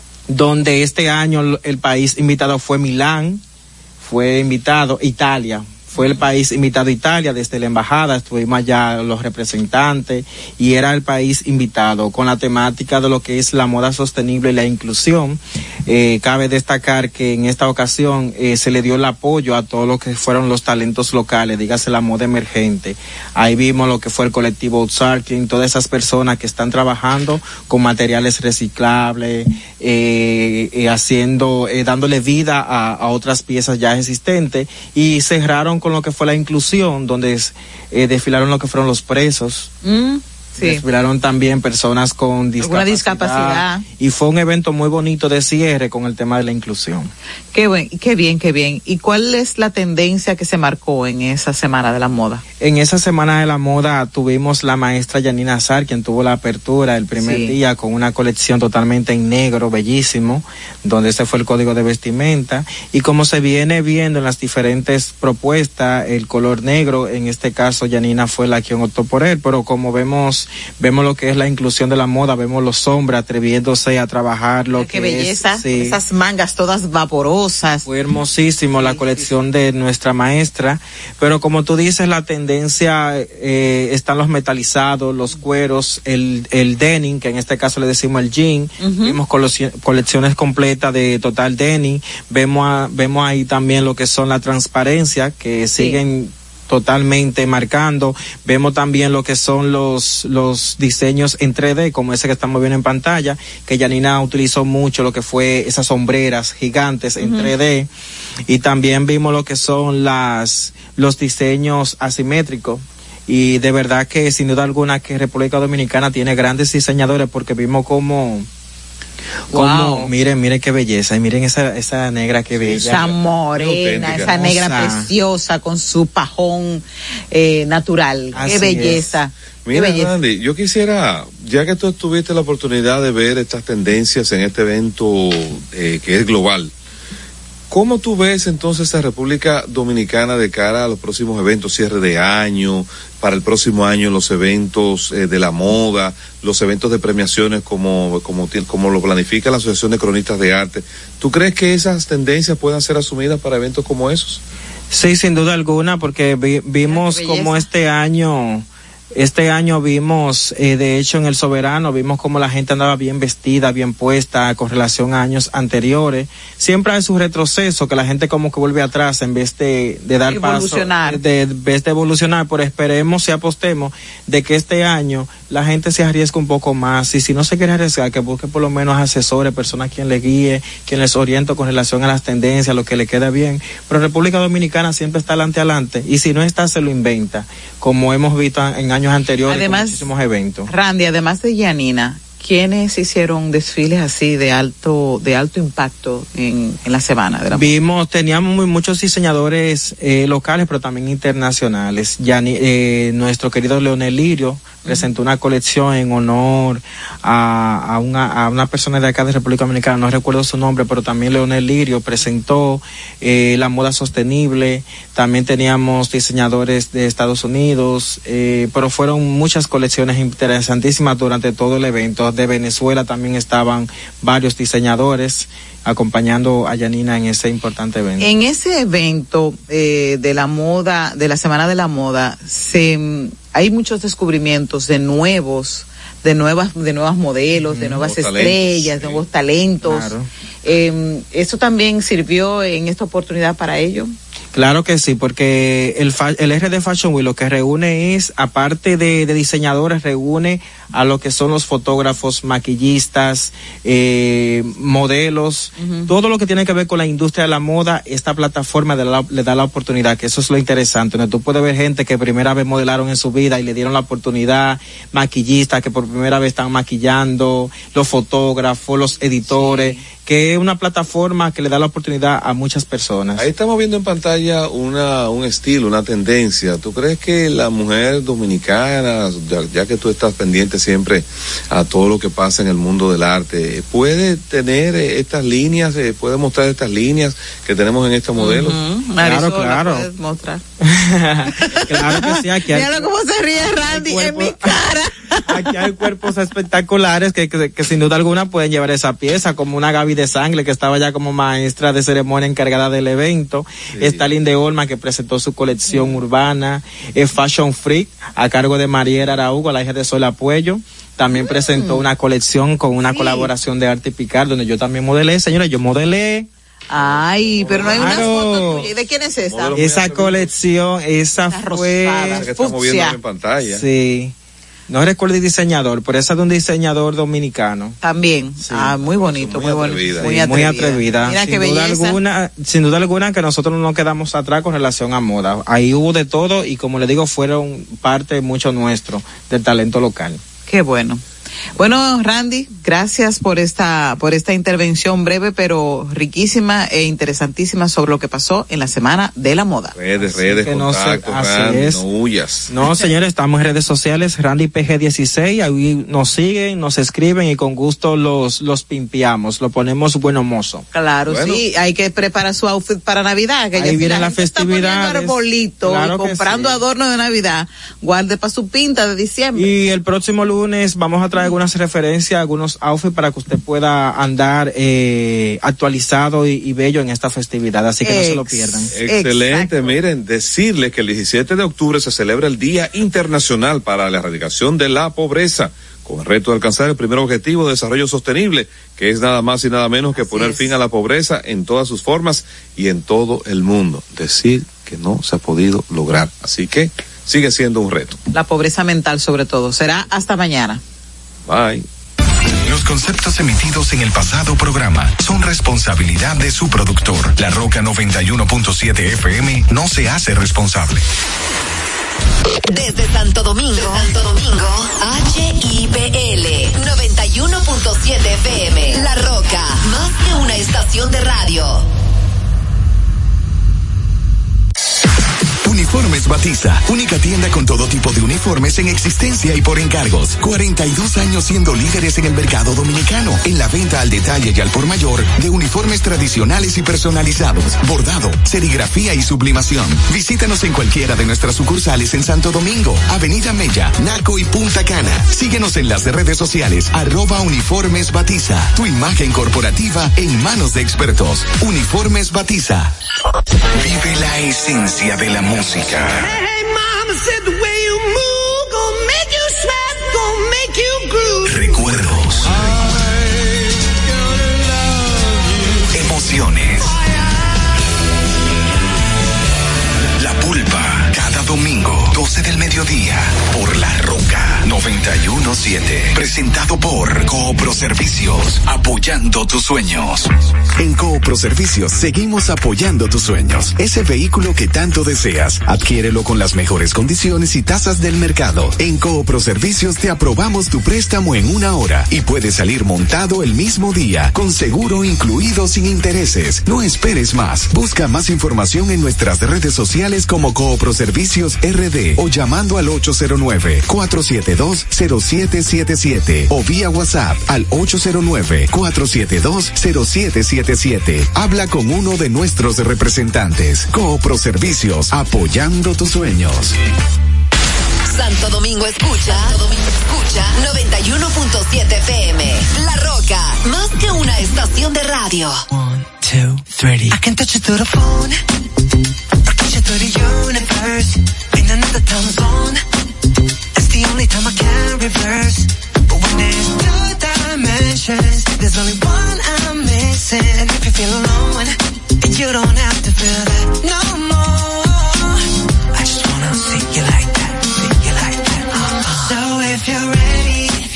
donde este año el país invitado fue Milán, fue invitado Italia, fue el país invitado Italia, desde la embajada estuvimos allá los representantes y era el país invitado con la temática de lo que es la moda sostenible y la inclusión. Eh, cabe destacar que en esta ocasión eh, se le dio el apoyo a todo lo que fueron los talentos locales, dígase la moda emergente. Ahí vimos lo que fue el colectivo Upcycling, todas esas personas que están trabajando con materiales reciclables, eh, eh, haciendo, eh, dándole vida a, a otras piezas ya existentes, y cerraron con lo que fue la inclusión, donde eh, desfilaron lo que fueron los presos. Mm. Sí. Desfilaron también personas con discapacidad, discapacidad y fue un evento muy bonito de cierre con el tema de la inclusión. Qué buen, qué bien, qué bien. ¿Y cuál es la tendencia que se marcó en esa semana de la moda? En esa semana de la moda tuvimos la maestra Yanina Azar, quien tuvo la apertura el primer sí. día con una colección totalmente en negro, bellísimo, donde ese fue el código de vestimenta, y como se viene viendo en las diferentes propuestas, el color negro, en este caso Yanina fue la quien optó por él, pero como vemos vemos lo que es la inclusión de la moda, vemos los hombres atreviéndose a trabajar lo qué que belleza, es, sí. esas mangas todas vaporosas. Fue hermosísimo sí, la colección sí. de nuestra maestra, pero como tú dices, la tendencia eh, están los metalizados, los cueros, el, el denim, que en este caso le decimos el jean, uh-huh. vimos colecciones completas de total denim, vemos a, vemos ahí también lo que son la transparencia, que sí. siguen totalmente marcando. Vemos también lo que son los los diseños en tres D, como ese que estamos viendo en pantalla, que Yanina utilizó mucho lo que fue esas sombreras gigantes en uh-huh. tres D, y también vimos lo que son las los diseños asimétricos. Y de verdad que sin duda alguna que República Dominicana tiene grandes diseñadores, porque vimos como Como, wow. miren, miren qué belleza, y miren esa, esa negra que bella. Esa morena, esa negra preciosa con su pajón eh, natural. Así qué belleza. Es. Mira, qué belleza. Andy, yo quisiera, ya que tú tuviste la oportunidad de ver estas tendencias en este evento eh, que es global, ¿cómo tú ves entonces a República Dominicana de cara a los próximos eventos, cierre de año, para el próximo año los eventos eh, de la moda, los eventos de premiaciones como, como, como lo planifica la Asociación de Cronistas de Arte? ¿Tú crees que esas tendencias puedan ser asumidas para eventos como esos? Sí, sin duda alguna, porque vi, vimos como este año... Este año vimos, eh, de hecho en el Soberano, vimos como la gente andaba bien vestida, bien puesta con relación a años anteriores. Siempre hay su retroceso, que la gente como que vuelve atrás en vez de, de dar paso, de, en vez de evolucionar, pero esperemos y apostemos de que este año la gente se arriesgue un poco más, y si no se quiere arriesgar, que busque por lo menos asesores, personas quien le guíe, quien les oriente con relación a las tendencias, lo que le queda bien. Pero República Dominicana siempre está adelante adelante, y si no está, se lo inventa, como hemos visto en años anteriores, además, con muchísimos eventos. Randy, además de Yanina, ¿quiénes hicieron desfiles así de alto de alto impacto en, en la semana de la Vimos, teníamos muy, muchos diseñadores eh, locales, pero también internacionales. Yani, eh, nuestro querido Leonel Lirio presentó una colección en honor a, a, una, a una persona de acá de República Dominicana, no recuerdo su nombre, pero también Leonel Lirio presentó eh, la moda sostenible. También teníamos diseñadores de Estados Unidos, eh, pero fueron muchas colecciones interesantísimas durante todo el evento. De Venezuela también estaban varios diseñadores acompañando a Yanina en ese importante evento. En ese evento eh, de la moda, de la Semana de la Moda, se hay muchos descubrimientos de nuevos, de nuevas, de nuevos modelos, mm, de nuevas estrellas, talentos, nuevos sí. talentos. Claro. Eh, ¿Eso también sirvió en esta oportunidad para ello? Claro que sí, porque el, el R D Fashion Week lo que reúne es, aparte de, de diseñadores, reúne a lo que son los fotógrafos, maquillistas, eh, modelos, uh-huh. todo lo que tiene que ver con la industria de la moda. Esta plataforma de la, le da la oportunidad, que eso es lo interesante, donde tú puedes ver gente que primera vez modelaron en su vida y le dieron la oportunidad, maquillistas que por primera vez están maquillando, los fotógrafos, los editores, sí. que es una plataforma que le da la oportunidad a muchas personas. Ahí estamos viendo en pantalla una un estilo, una tendencia. ¿Tú crees que la mujer dominicana, ya, ya que tú estás pendiente siempre a todo lo que pasa en el mundo del arte, puede tener estas líneas, puede mostrar estas líneas que tenemos en este modelo? Uh-huh. Claro, claro. Puedes mostrar. Claro que sí. Aquí hay, míralo cómo se ríe Randy cuerpo, en mi cara. Aquí hay cuerpos espectaculares que, que, que sin duda alguna pueden llevar esa pieza, como una Gaby de Sangre, que estaba ya como maestra de ceremonia encargada del evento. Sí. Está Linde Olma, que presentó su colección sí. urbana. Es Fashion Freak, a cargo de Mariela Araújo, la hija de Sol Apuello. También mm. presentó una colección con una sí. colaboración de Arte Picar, donde yo también modelé. Señora, yo modelé. Ay, pero no hay una foto tuya. ¿De quién es esa? Esa colección, esa Está fue... rosada, que estamos viendo en pantalla. Sí. No recuerdo el diseñador, pero esa es de un diseñador dominicano. También. Sí. Ah, muy bonito, muy, muy bonito. Muy, muy atrevida. Mira sin qué duda belleza. alguna, sin duda alguna que nosotros no nos quedamos atrás con relación a moda. Ahí hubo de todo y como le digo, fueron parte mucho nuestro del talento local. Qué bueno. Bueno, Randy, gracias por esta por esta intervención breve pero riquísima e interesantísima sobre lo que pasó en la Semana de la Moda. Redes, redes, contactos, no, se, Randy, es. no huyas. No, señores, estamos en redes sociales, Randy P G dieciséis, ahí nos siguen, nos escriben y con gusto los los pimpiamos, lo ponemos bueno mozo. Claro, bueno. sí, hay que preparar su outfit para Navidad, que ahí viene la festividad. Está arbolito claro y comprando sí. adornos de Navidad, guarde para su pinta de diciembre. Y el próximo lunes vamos a traer algunas referencias, algunos outfits para que usted pueda andar eh, actualizado y, y bello en esta festividad, así que Ex, no se lo pierdan. Excelente, exacto. Miren, decirles que el diecisiete de octubre se celebra el Día Internacional para la Erradicación de la Pobreza, con el reto de alcanzar el primer objetivo de desarrollo sostenible, que es nada más y nada menos que así poner es. fin a la pobreza en todas sus formas y en todo el mundo. Decir que no se ha podido lograr, así que sigue siendo un reto. La pobreza mental sobre todo. Será hasta mañana. Bye. Los conceptos emitidos en el pasado programa son responsabilidad de su productor. La Roca noventa y uno punto siete F M no se hace responsable. Desde Santo Domingo, Santo Domingo, H I P L noventa y uno punto siete F M. La Roca, más que una estación de radio. Uniformes Batiza, única tienda con todo tipo de uniformes en existencia y por encargos. cuarenta y dos años siendo líderes en el mercado dominicano, en la venta al detalle y al por mayor de uniformes tradicionales y personalizados, bordado, serigrafía y sublimación. Visítanos en cualquiera de nuestras sucursales en Santo Domingo, Avenida Mella, Naco y Punta Cana. Síguenos en las redes sociales, arroba Uniformes Batiza. Tu imagen corporativa en manos de expertos. Uniformes Batiza. Vive la esencia de la música. Hey, mama said the way you move, gonna make you sweat, gonna make you groove. Recuerdos. Emociones. La Pulpa, cada domingo, doce del mediodía, por La Roca noventa y uno punto siete. Presentado por Coopro Servicios, apoyando tus sueños. En Coopro Servicios seguimos apoyando tus sueños. Ese vehículo que tanto deseas, adquiérelo con las mejores condiciones y tasas del mercado. En Coopro Servicios te aprobamos tu préstamo en una hora y puedes salir montado el mismo día, con seguro incluido sin intereses. No esperes más. Busca más información en nuestras redes sociales como Coopro Servicios R D o llamando al ocho cero nueve, cuatro siete dos, cero siete siete siete o vía WhatsApp al ocho cero nueve, cuatro siete dos, cero siete siete siete. Habla con uno de nuestros representantes. Coopro Servicios, apoyando tus sueños. Santo Domingo escucha, Santo Domingo escucha noventa y uno punto siete F M. La Roca, más que una estación de radio. One, two, three. I can touch you through the phone, or touch you through the universe. Ain't another time zone. It's the only time I can reverse. But when there's two dimensions, there's only one I'm missing. And if you feel alone, and you don't have to feel that no more. I just wanna see you like that, see you like that. Uh-uh. So if you're ready,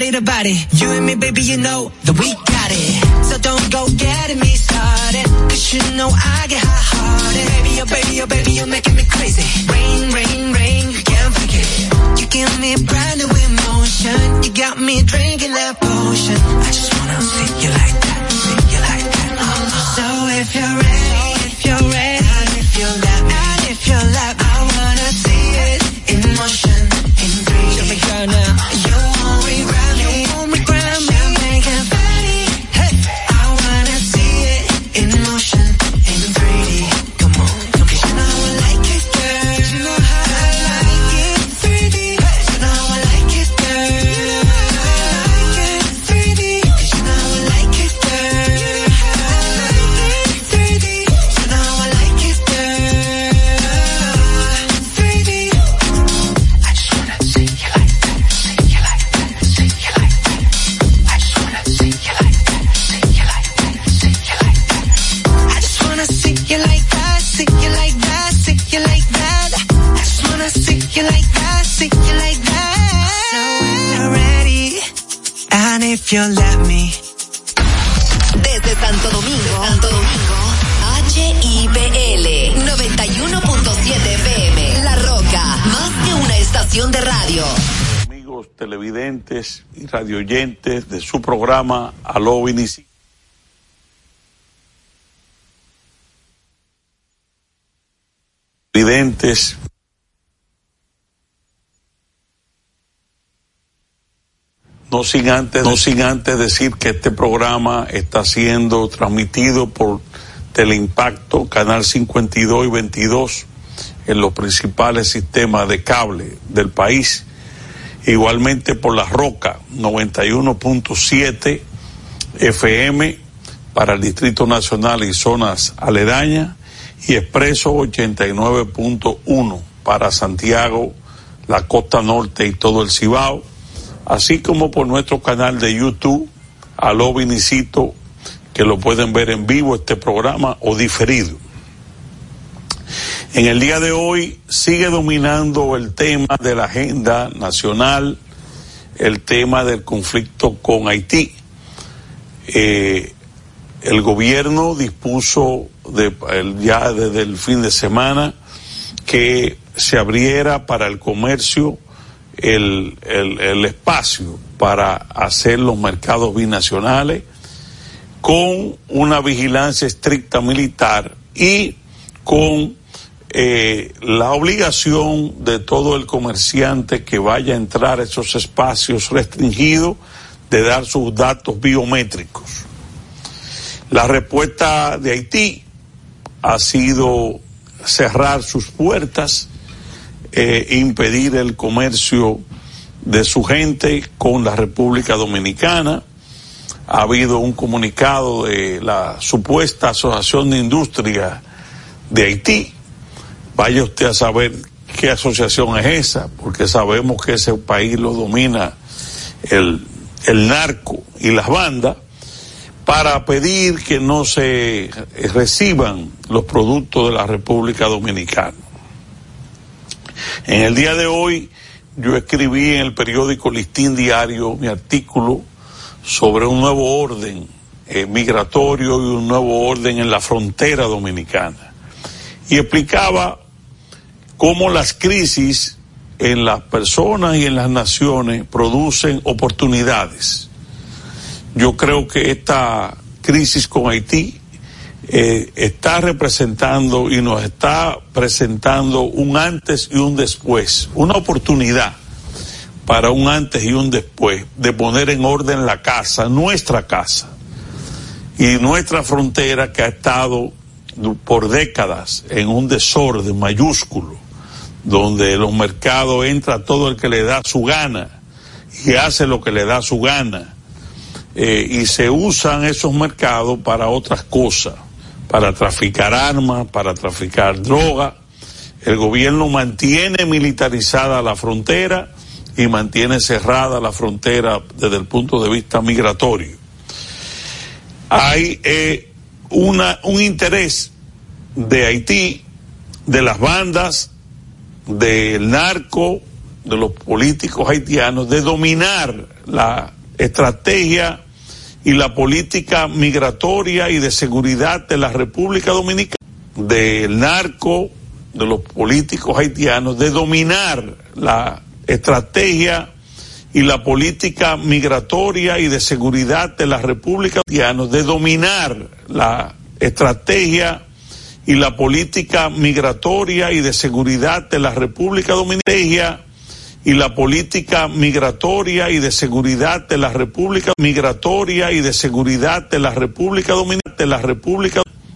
body to body. You and me, baby, you know that we got it. So don't go getting me started, cause you know I get hot-hearted. Baby, oh baby, oh baby, you're making me crazy. Rain, rain, rain, you can't forget. You give me brand new emotion. You got me drinking that potion. I just wanna see you like that, see you like that. Uh-uh. So if you're ready, if you're ready, and if you're left, and if you're left, I wanna see it in motion, in three D. Show me girl now. You won't regret me, you won't regret me. Champagne confetti, hey. I wanna see it in motion, in three D. Come on, come on. Cause you know I like it, girl. You know how I like it, three D. You know I like it, girl. You know how I like it, three D. Cause you know I like it, girl. You know how I like it, three D. You know I like it, girl. three D. I just wanna see you like that, see you like that, see you like that. I just wanna see you like that, see you like that, see you like that. I just wanna see you like that, see you like that, see you like that. I just wanna see you like that, see you like that. So when you're ready, and if you let me. Desde Santo Domingo, Santo Domingo, H I P L noventa y uno punto siete F M, La Roca, más que una estación de radio. Amigos televidentes y radioyentes de su programa Aló Vinici. Videntes. No sin antes, no sin antes decir que este programa está siendo transmitido por Teleimpacto, Canal cincuenta y dos y veintidós, en los principales sistemas de cable del país. Igualmente por La Roca, noventa y uno punto siete F M para el Distrito Nacional y zonas aledañas, y Expreso ochenta y nueve punto uno para Santiago, la costa norte y todo el Cibao, así como por nuestro canal de YouTube, Aló Vinicito, que lo pueden ver en vivo este programa o diferido. En el día de hoy sigue dominando el tema de la agenda nacional, el tema del conflicto con Haití. Eh, el gobierno dispuso de, el, ya desde el fin de semana que se abriera para el comercio el, el, el espacio para hacer los mercados binacionales con una vigilancia estricta militar y con eh, la obligación de todo el comerciante que vaya a entrar a esos espacios restringidos de dar sus datos biométricos. La respuesta de Haití ha sido cerrar sus puertas, eh, impedir el comercio de su gente con la República Dominicana. Ha habido un comunicado de la supuesta Asociación de Industria de Haití. Vaya usted a saber qué asociación es esa, porque sabemos que ese país lo domina el, el narco y las bandas, para pedir que no se reciban los productos de la República Dominicana. En el día de hoy yo escribí en el periódico Listín Diario mi artículo sobre un nuevo orden eh, migratorio y un nuevo orden en la frontera dominicana, y explicaba cómo las crisis en las personas y en las naciones producen oportunidades. Yo creo que esta crisis con Haití eh, está representando y nos está presentando un antes y un después, una oportunidad para un antes y un después de poner en orden la casa, nuestra casa, y nuestra frontera, que ha estado por décadas en un desorden mayúsculo, donde los mercados entra todo el que le da su gana y hace lo que le da su gana. Eh, y se usan esos mercados para otras cosas, para traficar armas, para traficar droga. El gobierno mantiene militarizada la frontera y mantiene cerrada la frontera desde el punto de vista migratorio. Hay eh, una, un interés de Haití, de las bandas, del narco, de los políticos haitianos, de dominar la estrategia y la política migratoria y de seguridad de la República Dominicana, del narco, de los políticos haitianos, de dominar la estrategia y la política migratoria y de seguridad de la República Dominicana, de dominar la estrategia y la política migratoria y de seguridad de la República Dominicana y la política migratoria y de seguridad de la República migratoria y de seguridad de la República Dominicana de la República